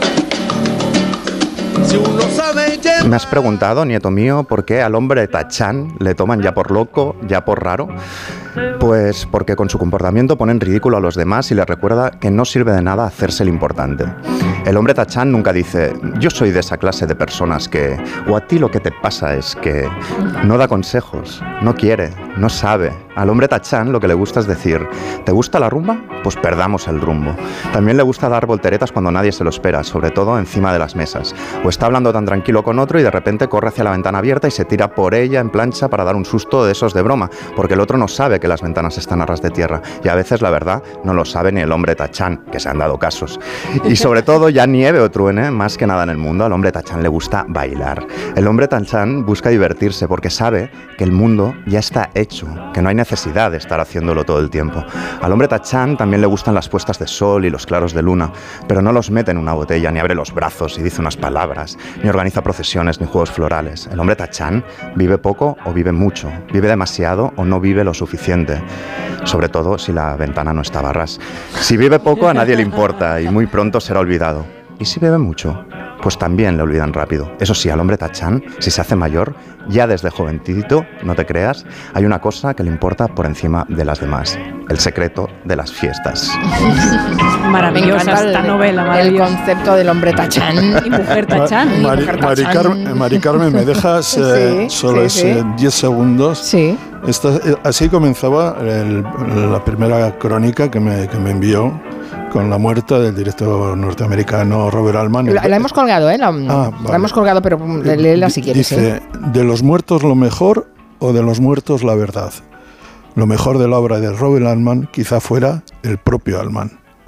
Si uno sabe llevar... Me has preguntado, nieto mío, por qué al hombre tachán le toman ya por loco, ya por raro. Pues porque con su comportamiento pone en ridículo a los demás y les recuerda que no sirve de nada hacerse el importante. El hombre tachán nunca dice, yo soy de esa clase de personas que... O a ti lo que te pasa es que... No da consejos, no quiere, no sabe. Al hombre tachán lo que le gusta es decir, ¿te gusta la rumba? Pues perdamos el rumbo. También le gusta dar volteretas cuando nadie se lo espera, sobre todo encima de las mesas. O está hablando tan tranquilo con otro y de repente corre hacia la ventana abierta y se tira por ella en plancha para dar un susto de esos de broma, porque el otro no sabe que las ventanas están a ras de tierra. Y a veces, la verdad, no lo sabe ni el hombre tachán, que se han dado casos. Y sobre todo, ya nieve o truene, más que nada en el mundo, al hombre tachán le gusta bailar. El hombre tachán busca divertirse porque sabe que el mundo ya está hecho, que no hay necesidad de estar haciéndolo todo el tiempo. Al hombre tachán también le gustan las puestas de sol y los claros de luna, pero no los mete en una botella, ni abre los brazos y dice unas palabras, ni organiza procesiones ni juegos florales. El hombre tachán vive poco o vive mucho, vive demasiado o no vive lo suficiente, sobre todo si la ventana no está a barras. Si vive poco a nadie le importa y muy pronto será olvidado. Y si bebe mucho, pues también le olvidan rápido. Eso sí, al hombre tachán, si se hace mayor, ya desde jovencito, no te creas, hay una cosa que le importa por encima de las demás: el secreto de las fiestas. Maravillosa esta el, novela, el maravillosa. concepto del hombre tachán. Y mujer tachán. Mari, mujer Mari, tachán. Car Mari Carmen, ¿me dejas eh, Sí, solo sí, ese sí. diez segundos? Sí. Esta, eh, así comenzaba el, la primera crónica que me, que me envió, con la muerte del director norteamericano Robert Altman. La, la hemos colgado, ¿eh? La, Ah, la vale. hemos colgado, pero léela si quieres. Dice, ¿eh? ¿de los muertos lo mejor o de los muertos la verdad? Lo mejor de la obra de Robert Altman quizá fuera el propio Altman.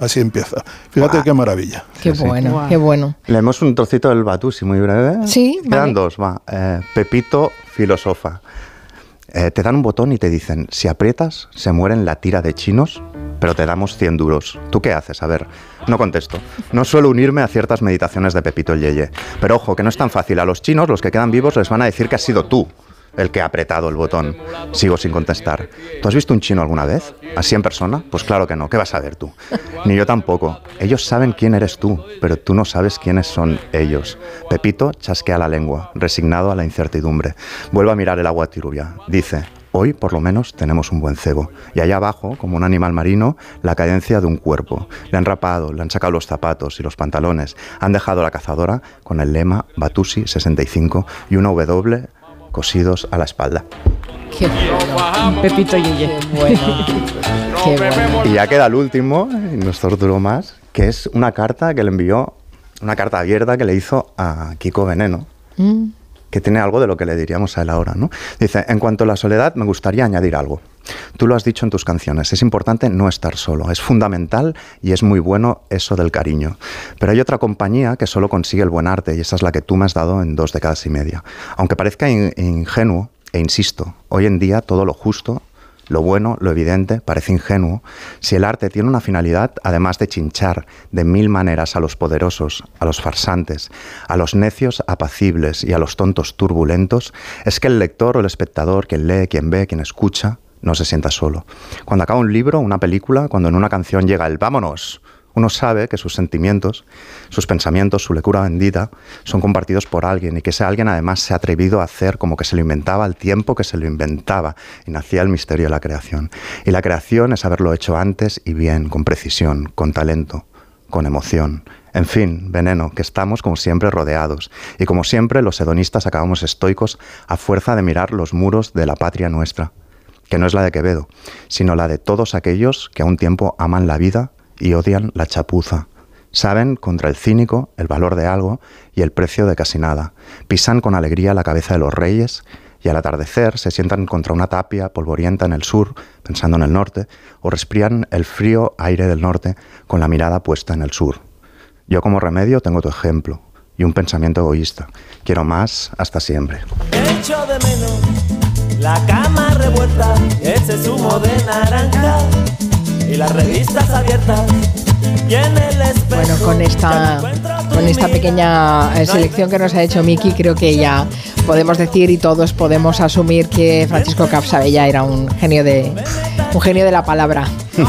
Así empieza. Fíjate wow. qué maravilla. Qué sí, bueno, sí. Wow. qué bueno. Leemos un trocito del Batusi muy breve. Sí, Quedan vale. dos, va. Eh, Pepito filosofa. Eh, te dan un botón y te dicen, si aprietas, se mueren la tira de chinos, pero te damos cien duros. ¿Tú qué haces? A ver, no contesto. No suelo unirme a ciertas meditaciones de Pepito el Yeye. Pero ojo, que no es tan fácil. A los chinos, los que quedan vivos, les van a decir que has sido tú el que ha apretado el botón. Sigo sin contestar. ¿Tú has visto un chino alguna vez? ¿Así en persona? Pues claro que no. ¿Qué vas a ver tú? Ni yo tampoco. Ellos saben quién eres tú, pero tú no sabes quiénes son ellos. Pepito chasquea la lengua, resignado a la incertidumbre. Vuelve a mirar el agua turbia. Dice, hoy por lo menos tenemos un buen cebo. Y allá abajo, como un animal marino, la cadencia de un cuerpo. Le han rapado, le han sacado los zapatos y los pantalones. Han dejado la cazadora con el lema Batusi sesenta y cinco y una W cosidos a la espalda. Qué bueno. Pepito Yeye. Qué bueno. Qué bueno. Y ya queda el último, y nos torturó más, que es una carta que le envió, una carta abierta que le hizo a Kiko Veneno, mm. que tiene algo de lo que le diríamos a él ahora, ¿no? Dice, en cuanto a la soledad, me gustaría añadir algo. Tú lo has dicho en tus canciones, es importante no estar solo, es fundamental y es muy bueno eso del cariño. Pero hay otra compañía que solo consigue el buen arte y esa es la que tú me has dado en dos décadas y media. Aunque parezca in- ingenuo, e insisto, hoy en día todo lo justo, lo bueno, lo evidente, parece ingenuo. Si el arte tiene una finalidad, además de chinchar de mil maneras a los poderosos, a los farsantes, a los necios apacibles y a los tontos turbulentos, es que el lector o el espectador, quien lee, quien ve, quien escucha, no se sienta solo. Cuando acaba un libro, una película, cuando en una canción llega el ¡vámonos!, uno sabe que sus sentimientos, sus pensamientos, su locura bendita, son compartidos por alguien y que ese alguien además se ha atrevido a hacer como que se lo inventaba al tiempo que se lo inventaba y nacía el misterio de la creación. Y la creación es haberlo hecho antes y bien, con precisión, con talento, con emoción. En fin, Veneno, que estamos como siempre rodeados y como siempre los hedonistas acabamos estoicos a fuerza de mirar los muros de la patria nuestra, que no es la de Quevedo, sino la de todos aquellos que a un tiempo aman la vida y odian la chapuza. Saben contra el cínico el valor de algo y el precio de casi nada. Pisan con alegría la cabeza de los reyes y al atardecer se sientan contra una tapia polvorienta en el sur, pensando en el norte, o respiran el frío aire del norte con la mirada puesta en el sur. Yo como remedio tengo tu ejemplo y un pensamiento egoísta. Quiero más hasta siempre. Echo de menos la cama revuelta, ese zumo de naranja y las revistas abiertas y en el espejo. Bueno, con esta, con esta pequeña selección que nos ha hecho Miki, creo que ya podemos decir y todos podemos asumir que Francisco Capsabella era un genio de, un genio de la palabra.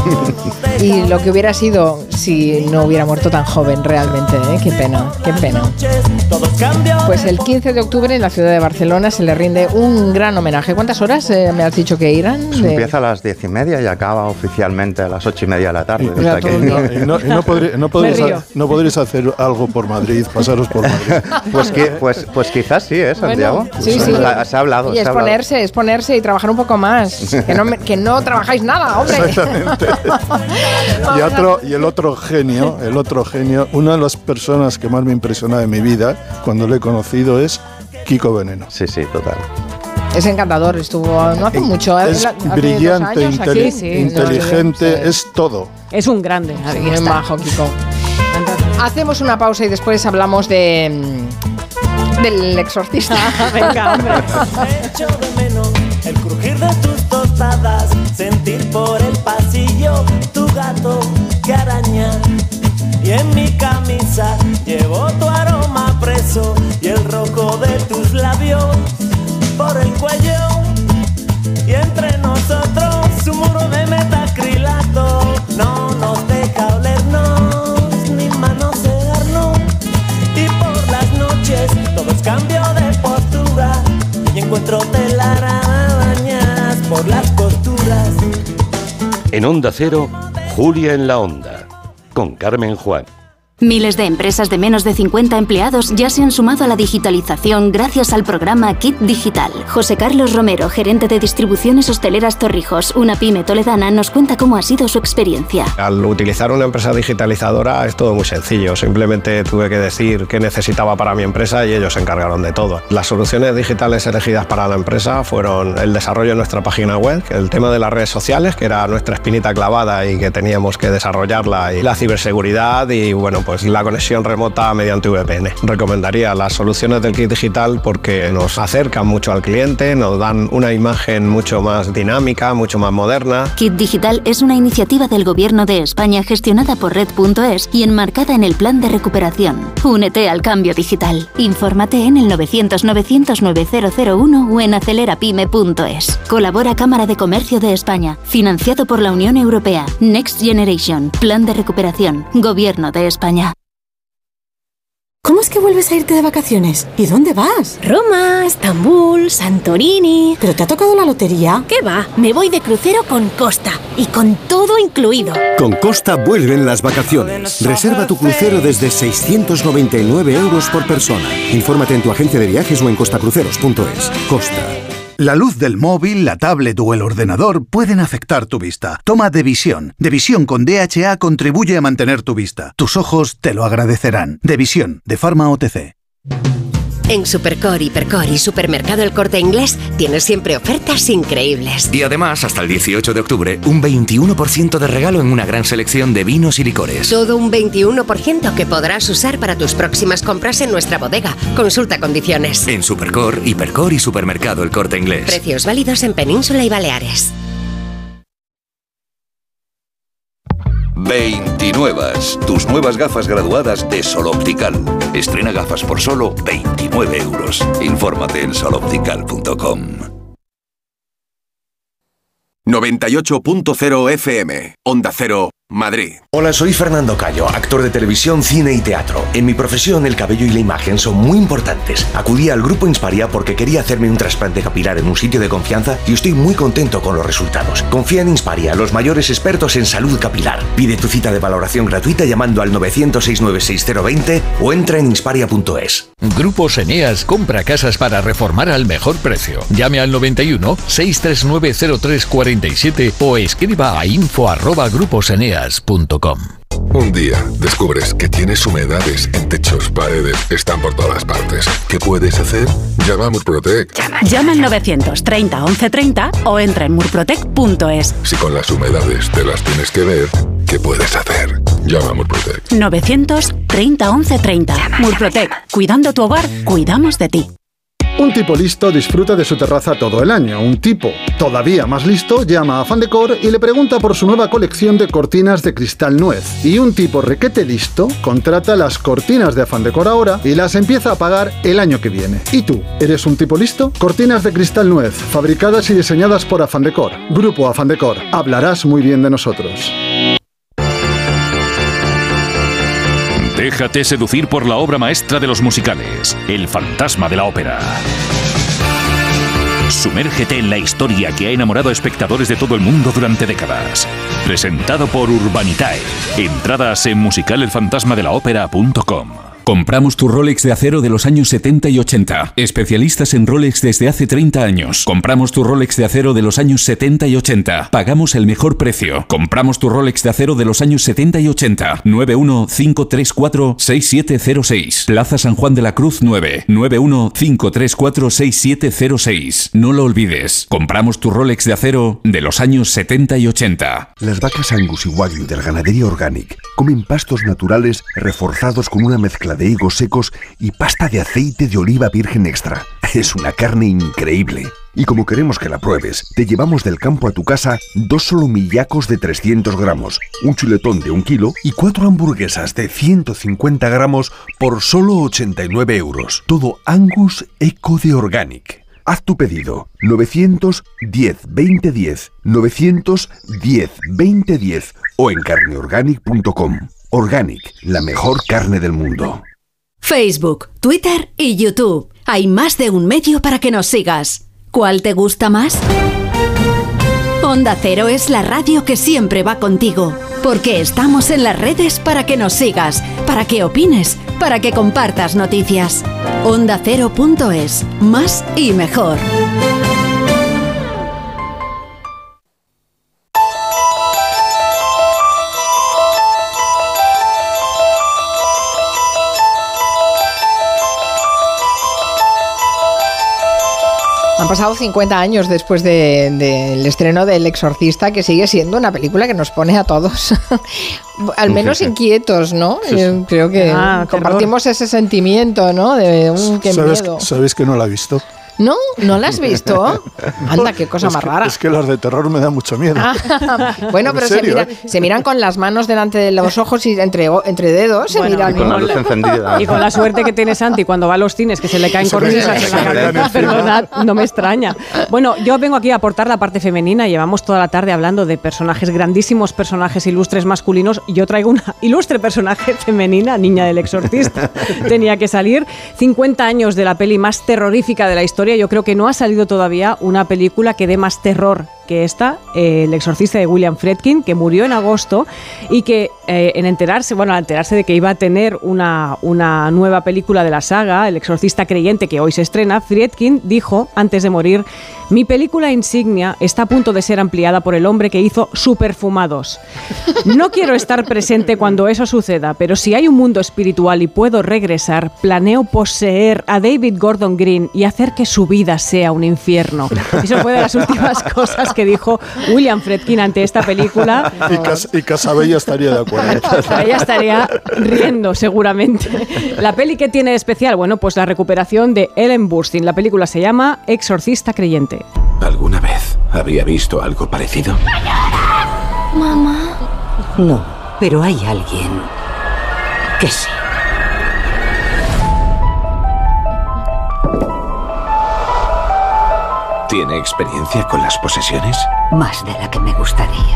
Y lo que hubiera sido si no hubiera muerto tan joven realmente, ¿eh? Qué pena, qué pena. Pues el quince de octubre en la ciudad de Barcelona se le rinde un gran homenaje. ¿Cuántas horas eh, me has dicho que irán? Pues de... Empieza a las diez y media y acaba oficialmente a las ocho y media de la tarde. Y, o sea, que... y no, y no, y no, podrí, no, podréis, no podréis hacer algo por Madrid, pasaros por Madrid. Pues, que, pues, pues quizás sí, ¿eh, Santiago? Bueno, sí, sí. La, se ha hablado. Y se exponerse, ha exponerse y trabajar un poco más. Que no, me, que no trabajáis nada, hombre. Exactamente. y, otro, y el otro genio, el otro genio, una de las personas que más me impresiona en mi vida, cuando lo he conocido, es Kiko Veneno. Sí, sí, total. Es encantador, estuvo no hace mucho. Es hace brillante, años, inteli- aquí, sí, inteligente, no, sí. es todo. Es un grande. Sí, es majo, Kiko. Hacemos una pausa y después hablamos de del exorcista. Venga, hombre. Echo de menos el crujir de tus tostadas, sentir por el pasillo tu gato que araña. Y en mi camisa llevo tu aroma preso y el rojo de tus labios por el cuello. Y entre nosotros un muro de metacrilato no nos deja olernos ni manosearnos. Y por las noches todos cambio de postura y encuentro telarañas por las costuras. En Onda Cero, Julia en la Onda, con Carmen Juan. Miles de empresas de menos de cincuenta empleados ya se han sumado a la digitalización gracias al programa Kit Digital. José Carlos Romero, gerente de Distribuciones Hosteleras Torrijos, una pyme toledana, nos cuenta cómo ha sido su experiencia. Al utilizar una empresa digitalizadora es todo muy sencillo. Simplemente tuve que decir qué necesitaba para mi empresa y ellos se encargaron de todo. Las soluciones digitales elegidas para la empresa fueron el desarrollo de nuestra página web, el tema de las redes sociales, que era nuestra espinita clavada y que teníamos que desarrollarla, y la ciberseguridad y bueno, pues Pues la conexión remota mediante V P N. Recomendaría las soluciones del Kit Digital porque nos acercan mucho al cliente, nos dan una imagen mucho más dinámica, mucho más moderna. Kit Digital es una iniciativa del Gobierno de España gestionada por Red punto es y enmarcada en el Plan de Recuperación. Únete al cambio digital. Infórmate en el novecientos novecientos nueve cero cero uno o en acelerapyme punto es. Colabora Cámara de Comercio de España. Financiado por la Unión Europea. Next Generation. Plan de Recuperación. Gobierno de España. ¿Cómo es que vuelves a irte de vacaciones? ¿Y dónde vas? Roma, Estambul, Santorini... ¿Pero te ha tocado la lotería? ¿Qué va? Me voy de crucero con Costa y con todo incluido. Con Costa vuelven las vacaciones. Reserva tu crucero desde seiscientos noventa y nueve euros por persona. Infórmate en tu agencia de viajes o en costacruceros punto es. Costa. La luz del móvil, la tablet o el ordenador pueden afectar tu vista. Toma Devisión. Devisión con D H A contribuye a mantener tu vista. Tus ojos te lo agradecerán. Devisión, de Pharma O T C. En Supercor, Hipercor y Supermercado El Corte Inglés tienes siempre ofertas increíbles. Y además, hasta el dieciocho de octubre, un veintiuno por ciento de regalo en una gran selección de vinos y licores. Todo un veintiuno por ciento que podrás usar para tus próximas compras en nuestra bodega. Consulta condiciones. En Supercor, Hipercor y Supermercado El Corte Inglés. Precios válidos en Península y Baleares. veintinuevas, tus nuevas gafas graduadas de Sol Optical. Estrena gafas por solo veintinueve euros. Infórmate en sol optical punto com. noventa y ocho punto cero F M, Onda Cero, Madrid. Hola, soy Fernando Cayo, actor de televisión, cine y teatro. En mi profesión, el cabello y la imagen son muy importantes. Acudí al Grupo Insparia porque quería hacerme un trasplante capilar en un sitio de confianza y estoy muy contento con los resultados. Confía en Insparia, los mayores expertos en salud capilar. Pide tu cita de valoración gratuita llamando al novecientos seis nueve seis cero veinte o entra en insparia punto es. Grupos Eneas compra casas para reformar al mejor precio. Llame al noventa y uno, seiscientos treinta y nueve, cero tres cuarenta y siete o escriba a info arroba grupos eneas punto com. Un día descubres que tienes humedades en techos, paredes, están por todas partes. ¿Qué puedes hacer? Llama a Murprotec. Llama al novecientos treinta, once treinta o entra en murprotec punto es. Si con las humedades te las tienes que ver, ¿qué puedes hacer? Llama a Murprotec. novecientos treinta, once treinta. Murprotec. Cuidando tu hogar, cuidamos de ti. Un tipo listo disfruta de su terraza todo el año. Un tipo todavía más listo llama a Fan Decor y le pregunta por su nueva colección de cortinas de cristal nuez. Y un tipo requete listo contrata las cortinas de Fan Decor ahora y las empieza a pagar el año que viene. ¿Y tú? ¿Eres un tipo listo? Cortinas de cristal nuez, fabricadas y diseñadas por Afan Decor. Grupo Afan Decor. Hablarás muy bien de nosotros. Déjate seducir por la obra maestra de los musicales, El fantasma de la ópera. Sumérgete en la historia que ha enamorado a espectadores de todo el mundo durante décadas. Presentado por Urbanitae. Entradas en musical el fantasma de la ópera punto com. Compramos tu Rolex de acero de los años setenta y ochenta. Especialistas en Rolex desde hace treinta años. Compramos tu Rolex de acero de los años setenta y ochenta. Pagamos el mejor precio. Compramos tu Rolex de acero de los años setenta y ochenta. nueve uno cinco tres cuatro seis siete cero seis. Plaza San Juan de la Cruz nueve. nueve uno cinco tres cuatro seis siete cero seis. No lo olvides. Compramos tu Rolex de acero de los años setenta y ochenta. Las vacas Angus y Wagyu de la ganadería Organic comen pastos naturales reforzados con una mezcla de higos secos y pasta de aceite de oliva virgen extra. Es una carne increíble. Y como queremos que la pruebes, te llevamos del campo a tu casa dos solomillacos de trescientos gramos, un chuletón de un kilo y cuatro hamburguesas de ciento cincuenta gramos por solo ochenta y nueve euros. Todo Angus Eco de Organic. Haz tu pedido. novecientos diez veinte diez, novecientos diez veinte diez o en carne organic punto com. Organic, la mejor carne del mundo. Facebook, Twitter y YouTube. Hay más de un medio para que nos sigas. ¿Cuál te gusta más? Onda Cero es la radio que siempre va contigo. Porque estamos en las redes para que nos sigas, para que opines, para que compartas noticias. Onda Cero punto es. Más y mejor. Han pasado cincuenta años después del de, de estreno del Exorcista, que sigue siendo una película que nos pone a todos, al menos sí, sí. inquietos, ¿no? Sí, sí. Yo creo que ah, compartimos terror. Ese sentimiento, ¿no? De un qué ¿Sabes, miedo. ¿Sabes que no la he visto? ¿No? ¿No la has visto? Anda, qué cosa es más que, rara. Es que las de terror me dan mucho miedo. Ah, bueno, pero serio, se, mira, eh? se miran con las manos delante de los ojos y entre, entre dedos bueno, se miran. Y con la luz encendida. Y con la suerte que tiene Santi cuando va a los cines, que se le caen cornisas en la cabeza. Perdonad, no me extraña. Bueno, yo vengo aquí a aportar la parte femenina. Llevamos toda la tarde hablando de personajes, grandísimos personajes ilustres masculinos. Yo traigo una ilustre personaje femenina, Niña del Exorcista. Tenía que salir. cincuenta años de la peli más terrorífica de la historia. Yo creo que no ha salido todavía una película que dé más terror que esta, eh, El Exorcista de William Friedkin, que murió en agosto y que eh, en enterarse, bueno, al enterarse de que iba a tener una, una nueva película de la saga, El Exorcista Creyente, que hoy se estrena, Friedkin dijo antes de morir: mi película insignia está a punto de ser ampliada por el hombre que hizo Superfumados. No quiero estar presente cuando eso suceda, pero si hay un mundo espiritual y puedo regresar, planeo poseer a David Gordon Green y hacer que su vida sea un infierno. Eso fue de las últimas cosas que dijo William Friedkin ante esta película. Y, Cas- y Casabella estaría de acuerdo. Casabella estaría riendo seguramente. La peli que tiene de especial, bueno, pues la recuperación de Ellen Burstyn. La película se llama Exorcista Creyente. ¿Alguna vez había visto algo parecido? Mamá. No, pero hay alguien que sí. ¿Tiene experiencia con las posesiones? Más de la que me gustaría.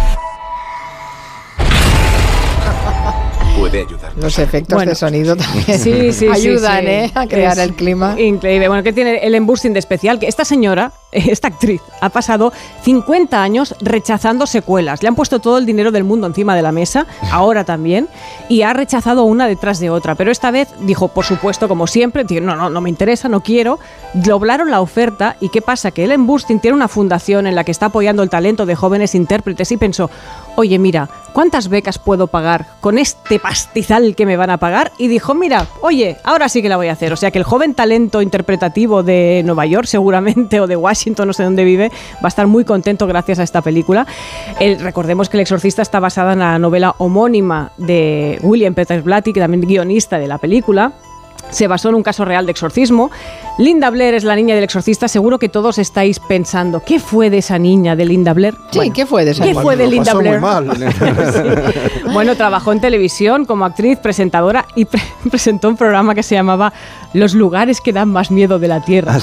Puede ayudar. Los efectos bueno, de sonido también sí, sí, ayudan sí, sí. ¿eh? a crear es el clima. Increíble. Bueno, ¿qué tiene Ellen Burstyn de especial? Que esta señora, esta actriz, ha pasado cincuenta años rechazando secuelas. Le han puesto todo el dinero del mundo encima de la mesa, ahora también, y ha rechazado una detrás de otra. Pero esta vez dijo, por supuesto, como siempre, no, no, no me interesa, no quiero. Doblaron la oferta y ¿qué pasa? Que Ellen Burstyn tiene una fundación en la que está apoyando el talento de jóvenes intérpretes y pensó, oye, mira, ¿cuántas becas puedo pagar con este pastizal que me van a pagar? Y dijo, mira, oye, ahora sí que la voy a hacer. O sea que el joven talento interpretativo de Nueva York, seguramente, o de Washington, no sé dónde vive, va a estar muy contento gracias a esta película. El, recordemos que El Exorcista está basada en la novela homónima de William Peter Blatty, que también es guionista de la película. Se basó en un caso real de exorcismo. Linda Blair es la niña del exorcista. Seguro que todos estáis pensando, ¿qué fue de esa niña de Linda Blair? Sí, bueno, ¿qué fue de esa ¿Qué niña? fue de Linda Blair? Muy mal. Sí. Bueno, trabajó en televisión como actriz, presentadora y pre- presentó un programa que se llamaba Los lugares que dan más miedo de la Tierra.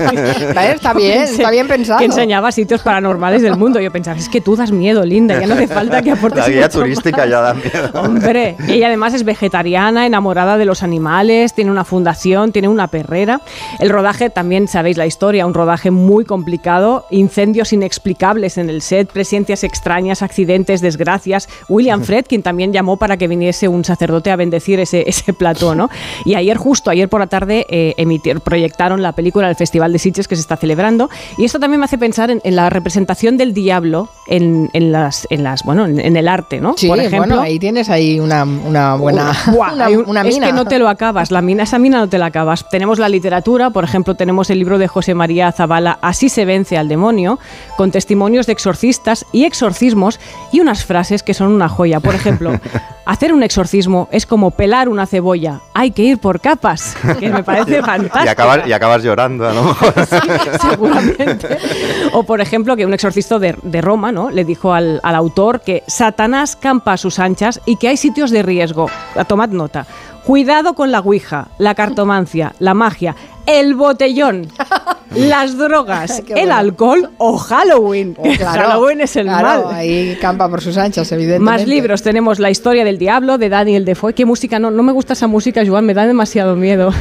Está bien, está bien pensado. Que enseñaba sitios paranormales del mundo. Yo pensaba, es que tú das miedo, Linda, ya no hace falta que aportes. La guía mucho turística más. Ya da miedo. Hombre, ella además es vegetariana, enamorada de los animales, tiene una fundación, tiene una perrera. El rodaje, también sabéis la historia, un rodaje muy complicado, incendios inexplicables en el set, presencias extrañas, accidentes, desgracias. William Friedkin también llamó para que viniese un sacerdote a bendecir ese, ese plató, ¿no? Y ayer, justo ayer por la tarde, eh, emitir, proyectaron la película en el Festival de Sitges que se está celebrando. Y esto también me hace pensar en, en la representación del diablo en, en las, en las, bueno, en, en el arte, ¿no? Sí, por ejemplo, bueno, ahí tienes ahí una, una buena Buah, una, un, una mina. Es que no te lo acabas, la mina, esa mina no te la acabas. Tenemos la literatura, por ejemplo, tenemos el libro de José María Zabala, Así se vence al demonio, con testimonios de exorcistas y exorcismos y unas frases que son una joya. Por ejemplo, hacer un exorcismo es como pelar una cebolla, hay que ir por capas, que me parece fantástico. Y acabas, y acabas llorando, a lo mejor. Sí, seguramente. O, por ejemplo, que un exorcista de, de Roma, ¿no?, le dijo al, al autor que Satanás campa a sus anchas y que hay sitios de riesgo. Tomad nota. Cuidado con la ouija, la cartomancia, la magia, el botellón. las drogas, el alcohol o Halloween. Oh, claro, Halloween es el claro, mal. Ahí campa por sus anchas, evidentemente. Más libros, tenemos La historia del diablo de Daniel Defoe. ¿Qué música? No, no me gusta esa música, Joan, me da demasiado miedo.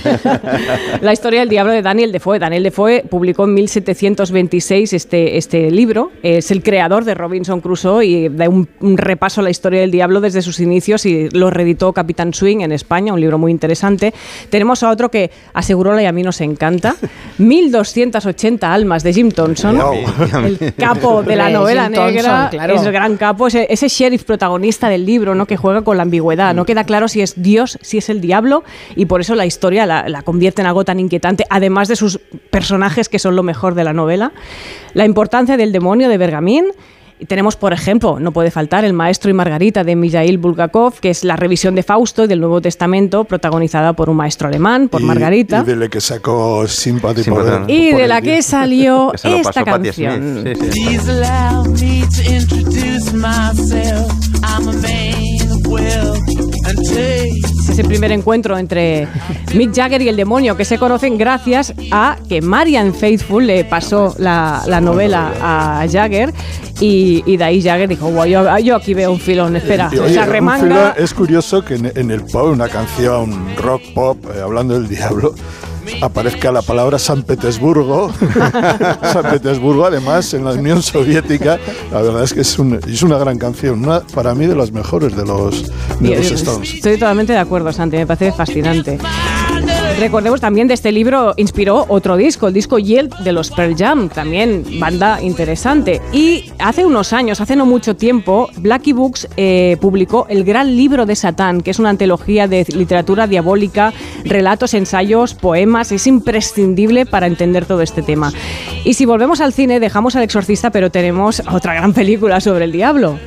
La historia del diablo de Daniel Defoe. Daniel Defoe publicó en mil setecientos veintiséis este, este libro. Es el creador de Robinson Crusoe y da un, un repaso a la historia del diablo desde sus inicios y lo reeditó Capitán Swing en España, un libro muy interesante. Tenemos a otro que aseguró y a mí nos encanta, mil doscientas ochenta almas de Jim Thompson, el capo de la novela Jim negra, Thompson, claro. es el gran capo, ese, ese sheriff protagonista del libro, ¿no? Que juega con la ambigüedad, no queda claro si es Dios, si es el diablo, y por eso la historia la, la convierte en algo tan inquietante, además de sus personajes que son lo mejor de la novela. La importancia del demonio de Bergamín. Y tenemos, por ejemplo, no puede faltar El maestro y Margarita de Mijaíl Bulgakov, que es la revisión de Fausto y del Nuevo Testamento, protagonizada por un maestro alemán, por y, Margarita. Y de la que sacó Sympathy for the Y por de el la que salió que se lo esta pasó Patti canción. Smith. Sí, sí. Please allow me to introduce myself. I'm a man of wealth and taste. Ese primer encuentro entre Mick Jagger y el demonio, que se conocen gracias a que Marianne Faithfull le pasó la, la novela a Jagger y, y de ahí Jagger dijo, wow, yo, yo aquí veo un filón, espera, Y, oye, se un arremanga. filón, es curioso que en, en el pop, una canción rock pop, eh, hablando del diablo, aparezca la palabra San Petersburgo. San Petersburgo, además, en la Unión Soviética, la verdad es que es, un, es una gran canción, una, para mí de las mejores de los, de los Stones. Estoy totalmente de acuerdo, Santi, me parece fascinante. Recordemos también de este libro inspiró otro disco, el disco Yield de los Pearl Jam, también banda interesante. Y hace unos años, hace no mucho tiempo, Blackie Books eh, publicó El Gran Libro de Satán, que es una antología de literatura diabólica, relatos, ensayos, poemas. Es imprescindible para entender todo este tema. Y si volvemos al cine, dejamos al Exorcista, pero tenemos otra gran película sobre el diablo.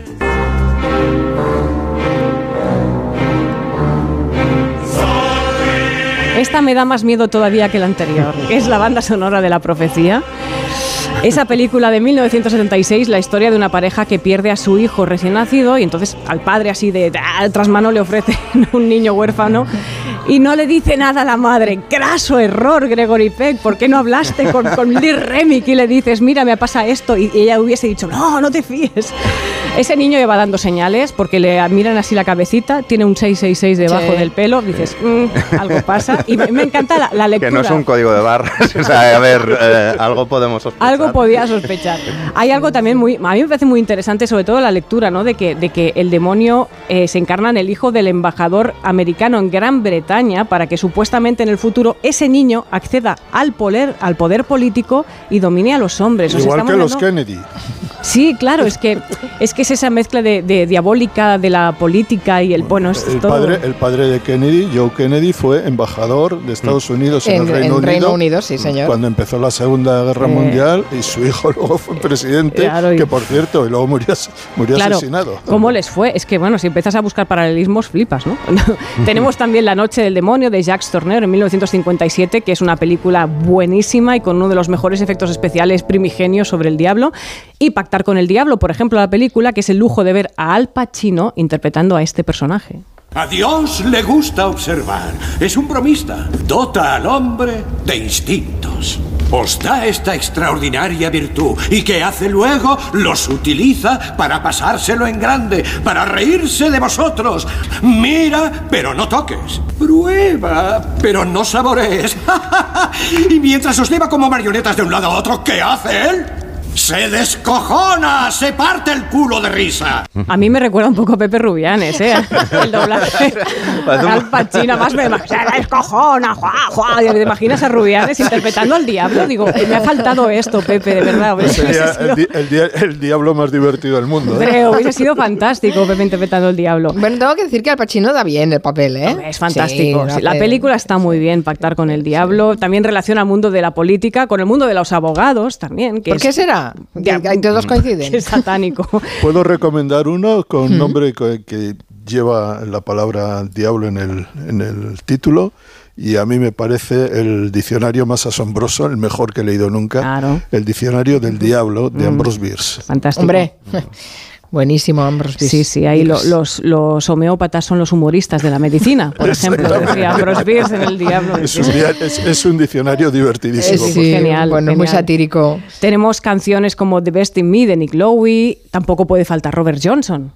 Esta me da más miedo todavía que la anterior. Es la banda sonora de La Profecía. Esa película de mil novecientos setenta y seis, la historia de una pareja que pierde a su hijo recién nacido y entonces al padre así de, de tras mano le ofrecen un niño huérfano y no le dice nada a la madre. ¡Craso error, Gregory Peck! ¿Por qué no hablaste con, con Lee Remick y le dices, mira, me pasa esto? Y ella hubiese dicho, no, no te fíes. Ese niño lleva dando señales porque le miran así la cabecita, tiene un seis seis seis debajo sí. del pelo, dices, mmm, algo pasa. Y me, me encanta la, la lectura. Que no es un código de barras, o sea, a ver, eh, algo podemos sospechar. Algo podía sospechar. Hay algo también muy, a mí me parece muy interesante, sobre todo la lectura, ¿no? De que, de que el demonio eh, se encarna en el hijo del embajador americano en Gran Bretaña para que supuestamente en el futuro ese niño acceda al poder, al poder político y domine a los hombres. Igual o sea, que los hablando... Kennedy. Sí, claro, es que es que es esa mezcla de, de diabólica de la política y el bueno, es el todo. padre, el padre de Kennedy, Joe Kennedy, fue embajador de Estados Unidos en, en el Reino en Unido. Reino Unido, sí, señor. Cuando empezó la Segunda Guerra eh. Mundial y su hijo luego fue presidente, claro, y... que por cierto, y luego murió, murió claro, asesinado. ¿Cómo les fue? Es que bueno, si empiezas a buscar paralelismos, flipas, ¿no? Tenemos también La Noche del Demonio de Jacques Tourneur en mil novecientos cincuenta y siete, que es una película buenísima y con uno de los mejores efectos especiales primigenios sobre el diablo. Y Pactar con el Diablo, por ejemplo, la película, que es el lujo de ver a Al Pacino interpretando a este personaje. A Dios le gusta observar. Es un bromista. Dota al hombre de instintos. Os da esta extraordinaria virtud. ¿Y qué hace luego? Los utiliza para pasárselo en grande, para reírse de vosotros. Mira, pero no toques. Prueba, pero no saborees. Y mientras os lleva como marionetas de un lado a otro, ¿qué hace él? ¡Se descojona! ¡Se parte el culo de risa! A mí me recuerda un poco a Pepe Rubianes, ¿eh? El doblaje. Al Pacino, más me imagino. ¡Se descojona! ¡Jua, jua! ¿Te imaginas a Rubianes interpretando al diablo? Digo, me ha faltado esto, Pepe, de verdad. Sería sido... el, di el, di el diablo más divertido del mundo, ¿eh? Creo, hubiese sido fantástico Pepe interpretando al diablo. Bueno, tengo que decir que Al Pacino da bien el papel, ¿eh? No, es fantástico. Sí, sí, la película está muy bien, Pactar con el Diablo. También relaciona el mundo de la política con el mundo de los abogados también. Que ¿Por es... qué será? Ya, todos coinciden. Es satánico. Puedo recomendar uno con hmm. nombre que, que lleva la palabra diablo en el, en el título y a mí me parece el diccionario más asombroso, el mejor que he leído nunca. Claro. El diccionario del diablo de mm. Ambrose Bierce. Fantástico. Hombre. Buenísimo, Ambrose Bierce. Sí, sí, ahí lo, los, los homeópatas son los humoristas de la medicina, por ejemplo, decía Ambrose Bierce en El Diablo. Es un, es, es un diccionario divertidísimo. Sí, sí, genial. Bueno, genial. Muy satírico. Tenemos canciones como The Best in Me de Nick Lowe, tampoco puede faltar Robert Johnson.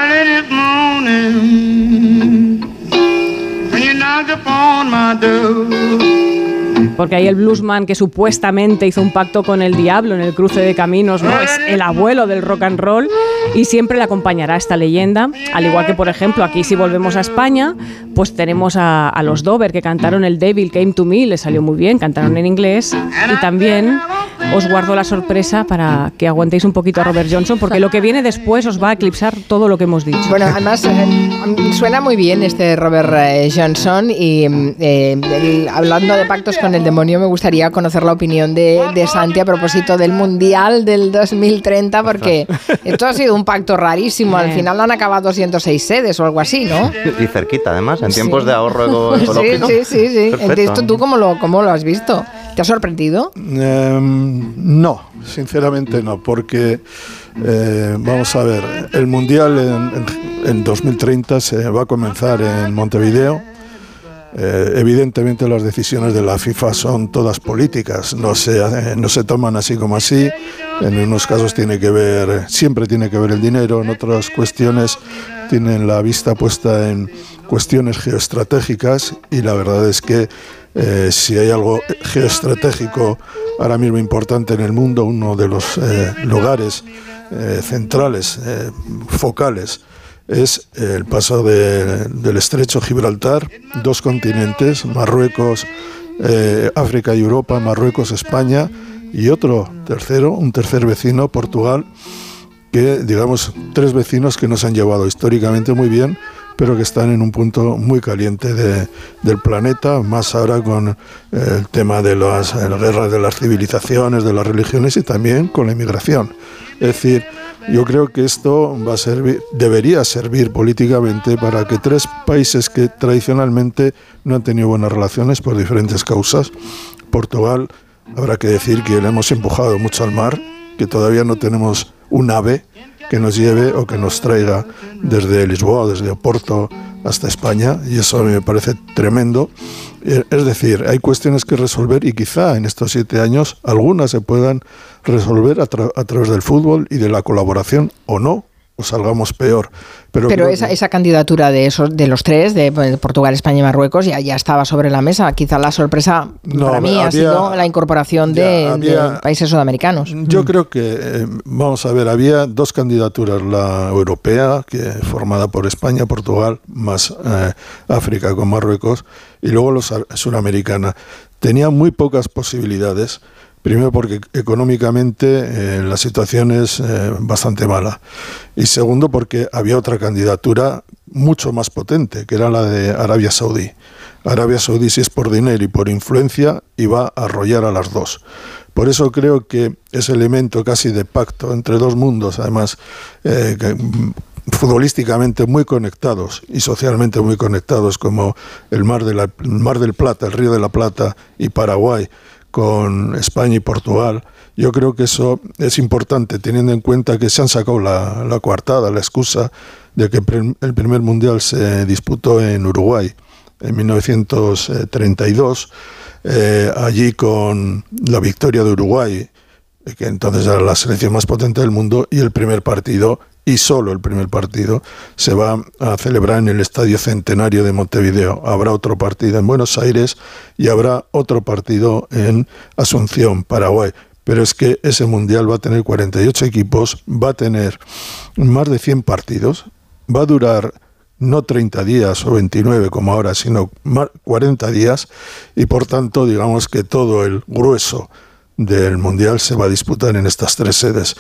Porque ahí el bluesman que supuestamente hizo un pacto con el diablo en el cruce de caminos, ¿no? Es el abuelo del rock and roll y siempre le acompañará esta leyenda. Al igual que, por ejemplo, aquí si volvemos a España, pues tenemos a, a los Dover que cantaron El Devil Came to Me, les salió muy bien, cantaron en inglés. Y también os guardo la sorpresa para que aguantéis un poquito a Robert Johnson, porque lo que viene después os va a eclipsar todo lo que hemos dicho. Bueno, además eh, suena muy bien este Robert eh, Johnson y eh, el, hablando de pactos con el demonio, me gustaría conocer la opinión de, de Santi a propósito del Mundial del dos mil treinta, porque esto ha sido un pacto rarísimo. Al final han acabado ciento seis sedes o algo así, ¿no? Y cerquita, además, en tiempos sí. de ahorro ecológico. Sí, sí, sí. sí. ¿Esto tú cómo lo, cómo lo has visto? ¿Te ha sorprendido? Eh, no, sinceramente no, porque eh, vamos a ver, el Mundial en, en, en dos mil treinta se va a comenzar en Montevideo. Eh, evidentemente las decisiones de la FIFA son todas políticas, no se, eh, no se toman así como así. En unos casos tiene que ver, siempre tiene que ver el dinero, en otras cuestiones tienen la vista puesta en cuestiones geoestratégicas, y la verdad es que eh, si hay algo geoestratégico ahora mismo importante en el mundo, uno de los eh, lugares eh, centrales, eh, focales, es el paso de, del estrecho Gibraltar, dos continentes, Marruecos, eh, África y Europa, Marruecos, España, y otro tercero, un tercer vecino, Portugal, que digamos tres vecinos que nos han llevado históricamente muy bien, pero que están en un punto muy caliente de, del planeta, más ahora con el tema de las, las guerras de las civilizaciones, de las religiones, y también con la inmigración. Es decir, yo creo que esto va a servir, debería servir políticamente para que tres países que tradicionalmente no han tenido buenas relaciones por diferentes causas, Portugal, habrá que decir que le hemos empujado mucho al mar, que todavía no tenemos un AVE que nos lleve o que nos traiga desde Lisboa, desde Oporto hasta España, y eso a mí me parece tremendo. Es decir, hay cuestiones que resolver, y quizá en estos siete años algunas se puedan resolver a, tra- a través del fútbol y de la colaboración, o no, o salgamos peor. Pero, Pero esa, que... esa candidatura de esos de los tres, de Portugal, España y Marruecos, ya, ya estaba sobre la mesa. Quizá la sorpresa no, para mí había, ha sido la incorporación de, había, de países sudamericanos. Yo mm. creo que, eh, vamos a ver, había dos candidaturas, la europea, que formada por España, Portugal, más eh, África con Marruecos, y luego la suramericana. Tenía muy pocas posibilidades. Primero porque económicamente eh, la situación es eh, bastante mala, y segundo porque había otra candidatura mucho más potente, que era la de Arabia Saudí. Arabia Saudí, si es por dinero y por influencia, iba a arrollar a las dos. Por eso creo que ese elemento casi de pacto entre dos mundos, además eh, que, futbolísticamente muy conectados y socialmente muy conectados, como el Mar, de la, el Mar del Plata, el Río de la Plata y Paraguay, con España y Portugal, yo creo que eso es importante, teniendo en cuenta que se han sacado la, la coartada, la excusa de que el primer mundial se disputó en Uruguay en mil novecientos treinta y dos, eh, allí con la victoria de Uruguay, que entonces era la selección más potente del mundo, y el primer partido, y solo el primer partido, se va a celebrar en el Estadio Centenario de Montevideo. Habrá otro partido en Buenos Aires y habrá otro partido en Asunción, Paraguay. Pero es que ese Mundial va a tener cuarenta y ocho equipos, va a tener más de cien partidos, va a durar no treinta días o veintinueve como ahora, sino cuarenta días, y por tanto, digamos que todo el grueso del Mundial se va a disputar en estas tres sedes.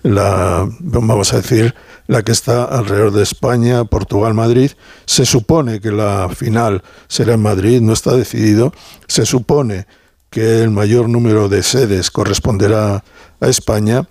La, vamos a decir, la que está alrededor de España, Portugal, Madrid. Se supone que la final será en Madrid, no está decidido. Se supone que el mayor número de sedes corresponderá a España,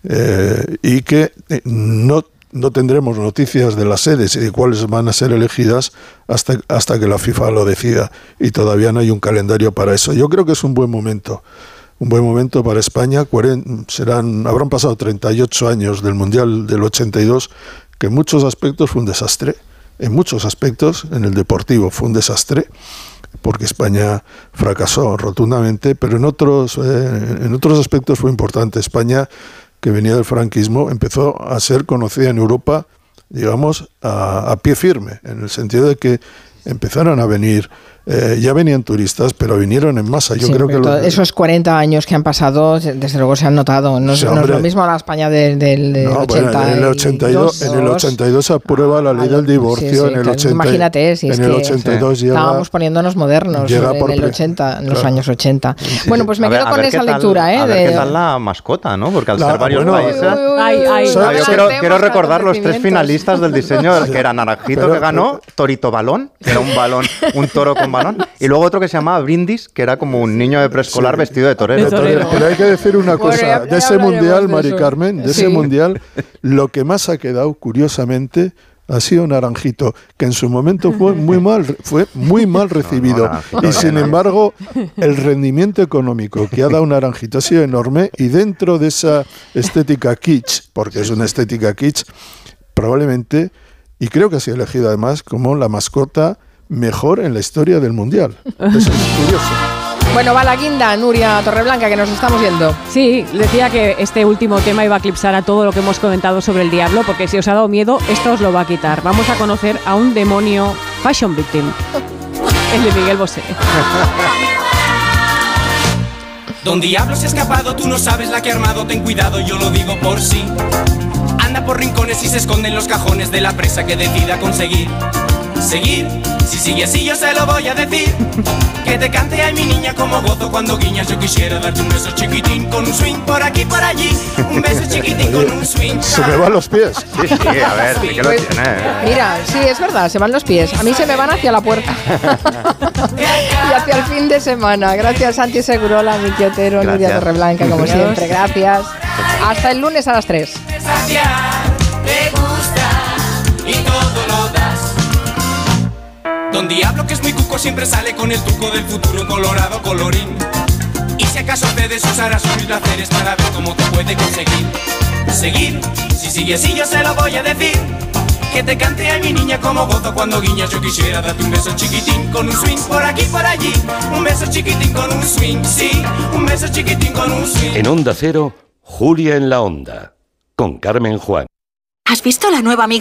eh, y que no, no tendremos noticias de las sedes y de cuáles van a ser elegidas hasta, hasta que la FIFA lo decida, y todavía no hay un calendario para eso. Yo creo que es un buen momento un buen momento para España. cuarenta, serán, habrán pasado treinta y ocho años del Mundial del ochenta y dos, que en muchos aspectos fue un desastre. En muchos aspectos, en el deportivo fue un desastre, porque España fracasó rotundamente, pero en otros, eh, en otros aspectos fue importante. España, que venía del franquismo, empezó a ser conocida en Europa, digamos, a, a pie firme, en el sentido de que empezaron a venir, eh, ya venían turistas, pero vinieron en masa. Yo sí, creo que lo, esos cuarenta años que han pasado, desde luego se han notado. No, sí, no es lo mismo la España del, del, del no, ochenta bueno, en, el ochenta y dos, en el ochenta y dos se aprueba la ley del divorcio. Sí, sí, en el ochenta, imagínate, si es en el que ochenta y dos llega, estábamos poniéndonos modernos en el ochenta, en los claro. años ochenta. Sí, bueno, pues me quedo ver, con esa lectura. Tal, ¿eh? A ver de... qué tal la mascota, ¿no? Porque al la, ser varios bueno, países... Uy, uy, ay, ay, no, yo quiero, quiero recordar los tres finalistas del diseño, que era Naranjito, pero, que ganó, Torito Balón, que era un balón, un toro con balón, y luego otro que se llamaba Brindis, que era como un niño de preescolar sí. vestido de torero. de torero. Pero hay que decir una cosa, bueno, ya, ya de ese mundial, Mari Carmen, de sí. ese mundial, lo que más ha quedado, curiosamente, ha sido Naranjito, que en su momento fue muy mal, fue muy mal recibido. No, no, y sin embargo, el rendimiento económico que ha dado Naranjito ha sido enorme, y dentro de esa estética kitsch, porque es una estética kitsch, probablemente, y creo que ha sido elegida además como la mascota mejor en la historia del Mundial. Eso es curioso. Bueno, va la guinda, Nuria Torreblanca, que nos estamos yendo. Sí, decía que este último tema iba a eclipsar a todo lo que hemos comentado sobre el diablo, porque si os ha dado miedo, esto os lo va a quitar. Vamos a conocer a un demonio fashion victim, el de Miguel Bosé. Don Diablo se ha escapado, tú no sabes la que ha armado, ten cuidado, yo lo digo por sí. Anda por rincones y se esconde en los cajones de la presa que decida conseguir. Seguir, si sigue así yo se lo voy a decir. Que te cante ay mi niña como gozo cuando guiñas. Yo quisiera darte un beso chiquitín con un swing por aquí por allí. Un beso chiquitín con un swing. Se me van los pies. Sí, sí, a ver, sí, que pues, lo tiene. Mira, sí, es verdad, se van los pies. A mí se me van hacia la puerta. Y hacia el fin de semana. Gracias, Santi Segurola, Miki Otero, Nuria Torreblanca, como Adiós. Siempre. Gracias. Hasta el lunes a las tres. Te gusta y todo lo das. Don Diablo, que es muy cuco, siempre sale con el truco del futuro colorado colorín. Y si acaso cedes, usarás sus placeres para ver cómo te puede conseguir. Seguir, si sigue así yo se lo voy a decir. Que te cante a mi niña como gozo cuando guiñas. Yo quisiera darte un beso chiquitín con un swing por aquí por allí. Un beso chiquitín con un swing, sí. Un beso chiquitín con un swing. En Onda Cero, Julia en la Onda, con Carmen Juan. ¿Has visto la nueva amiga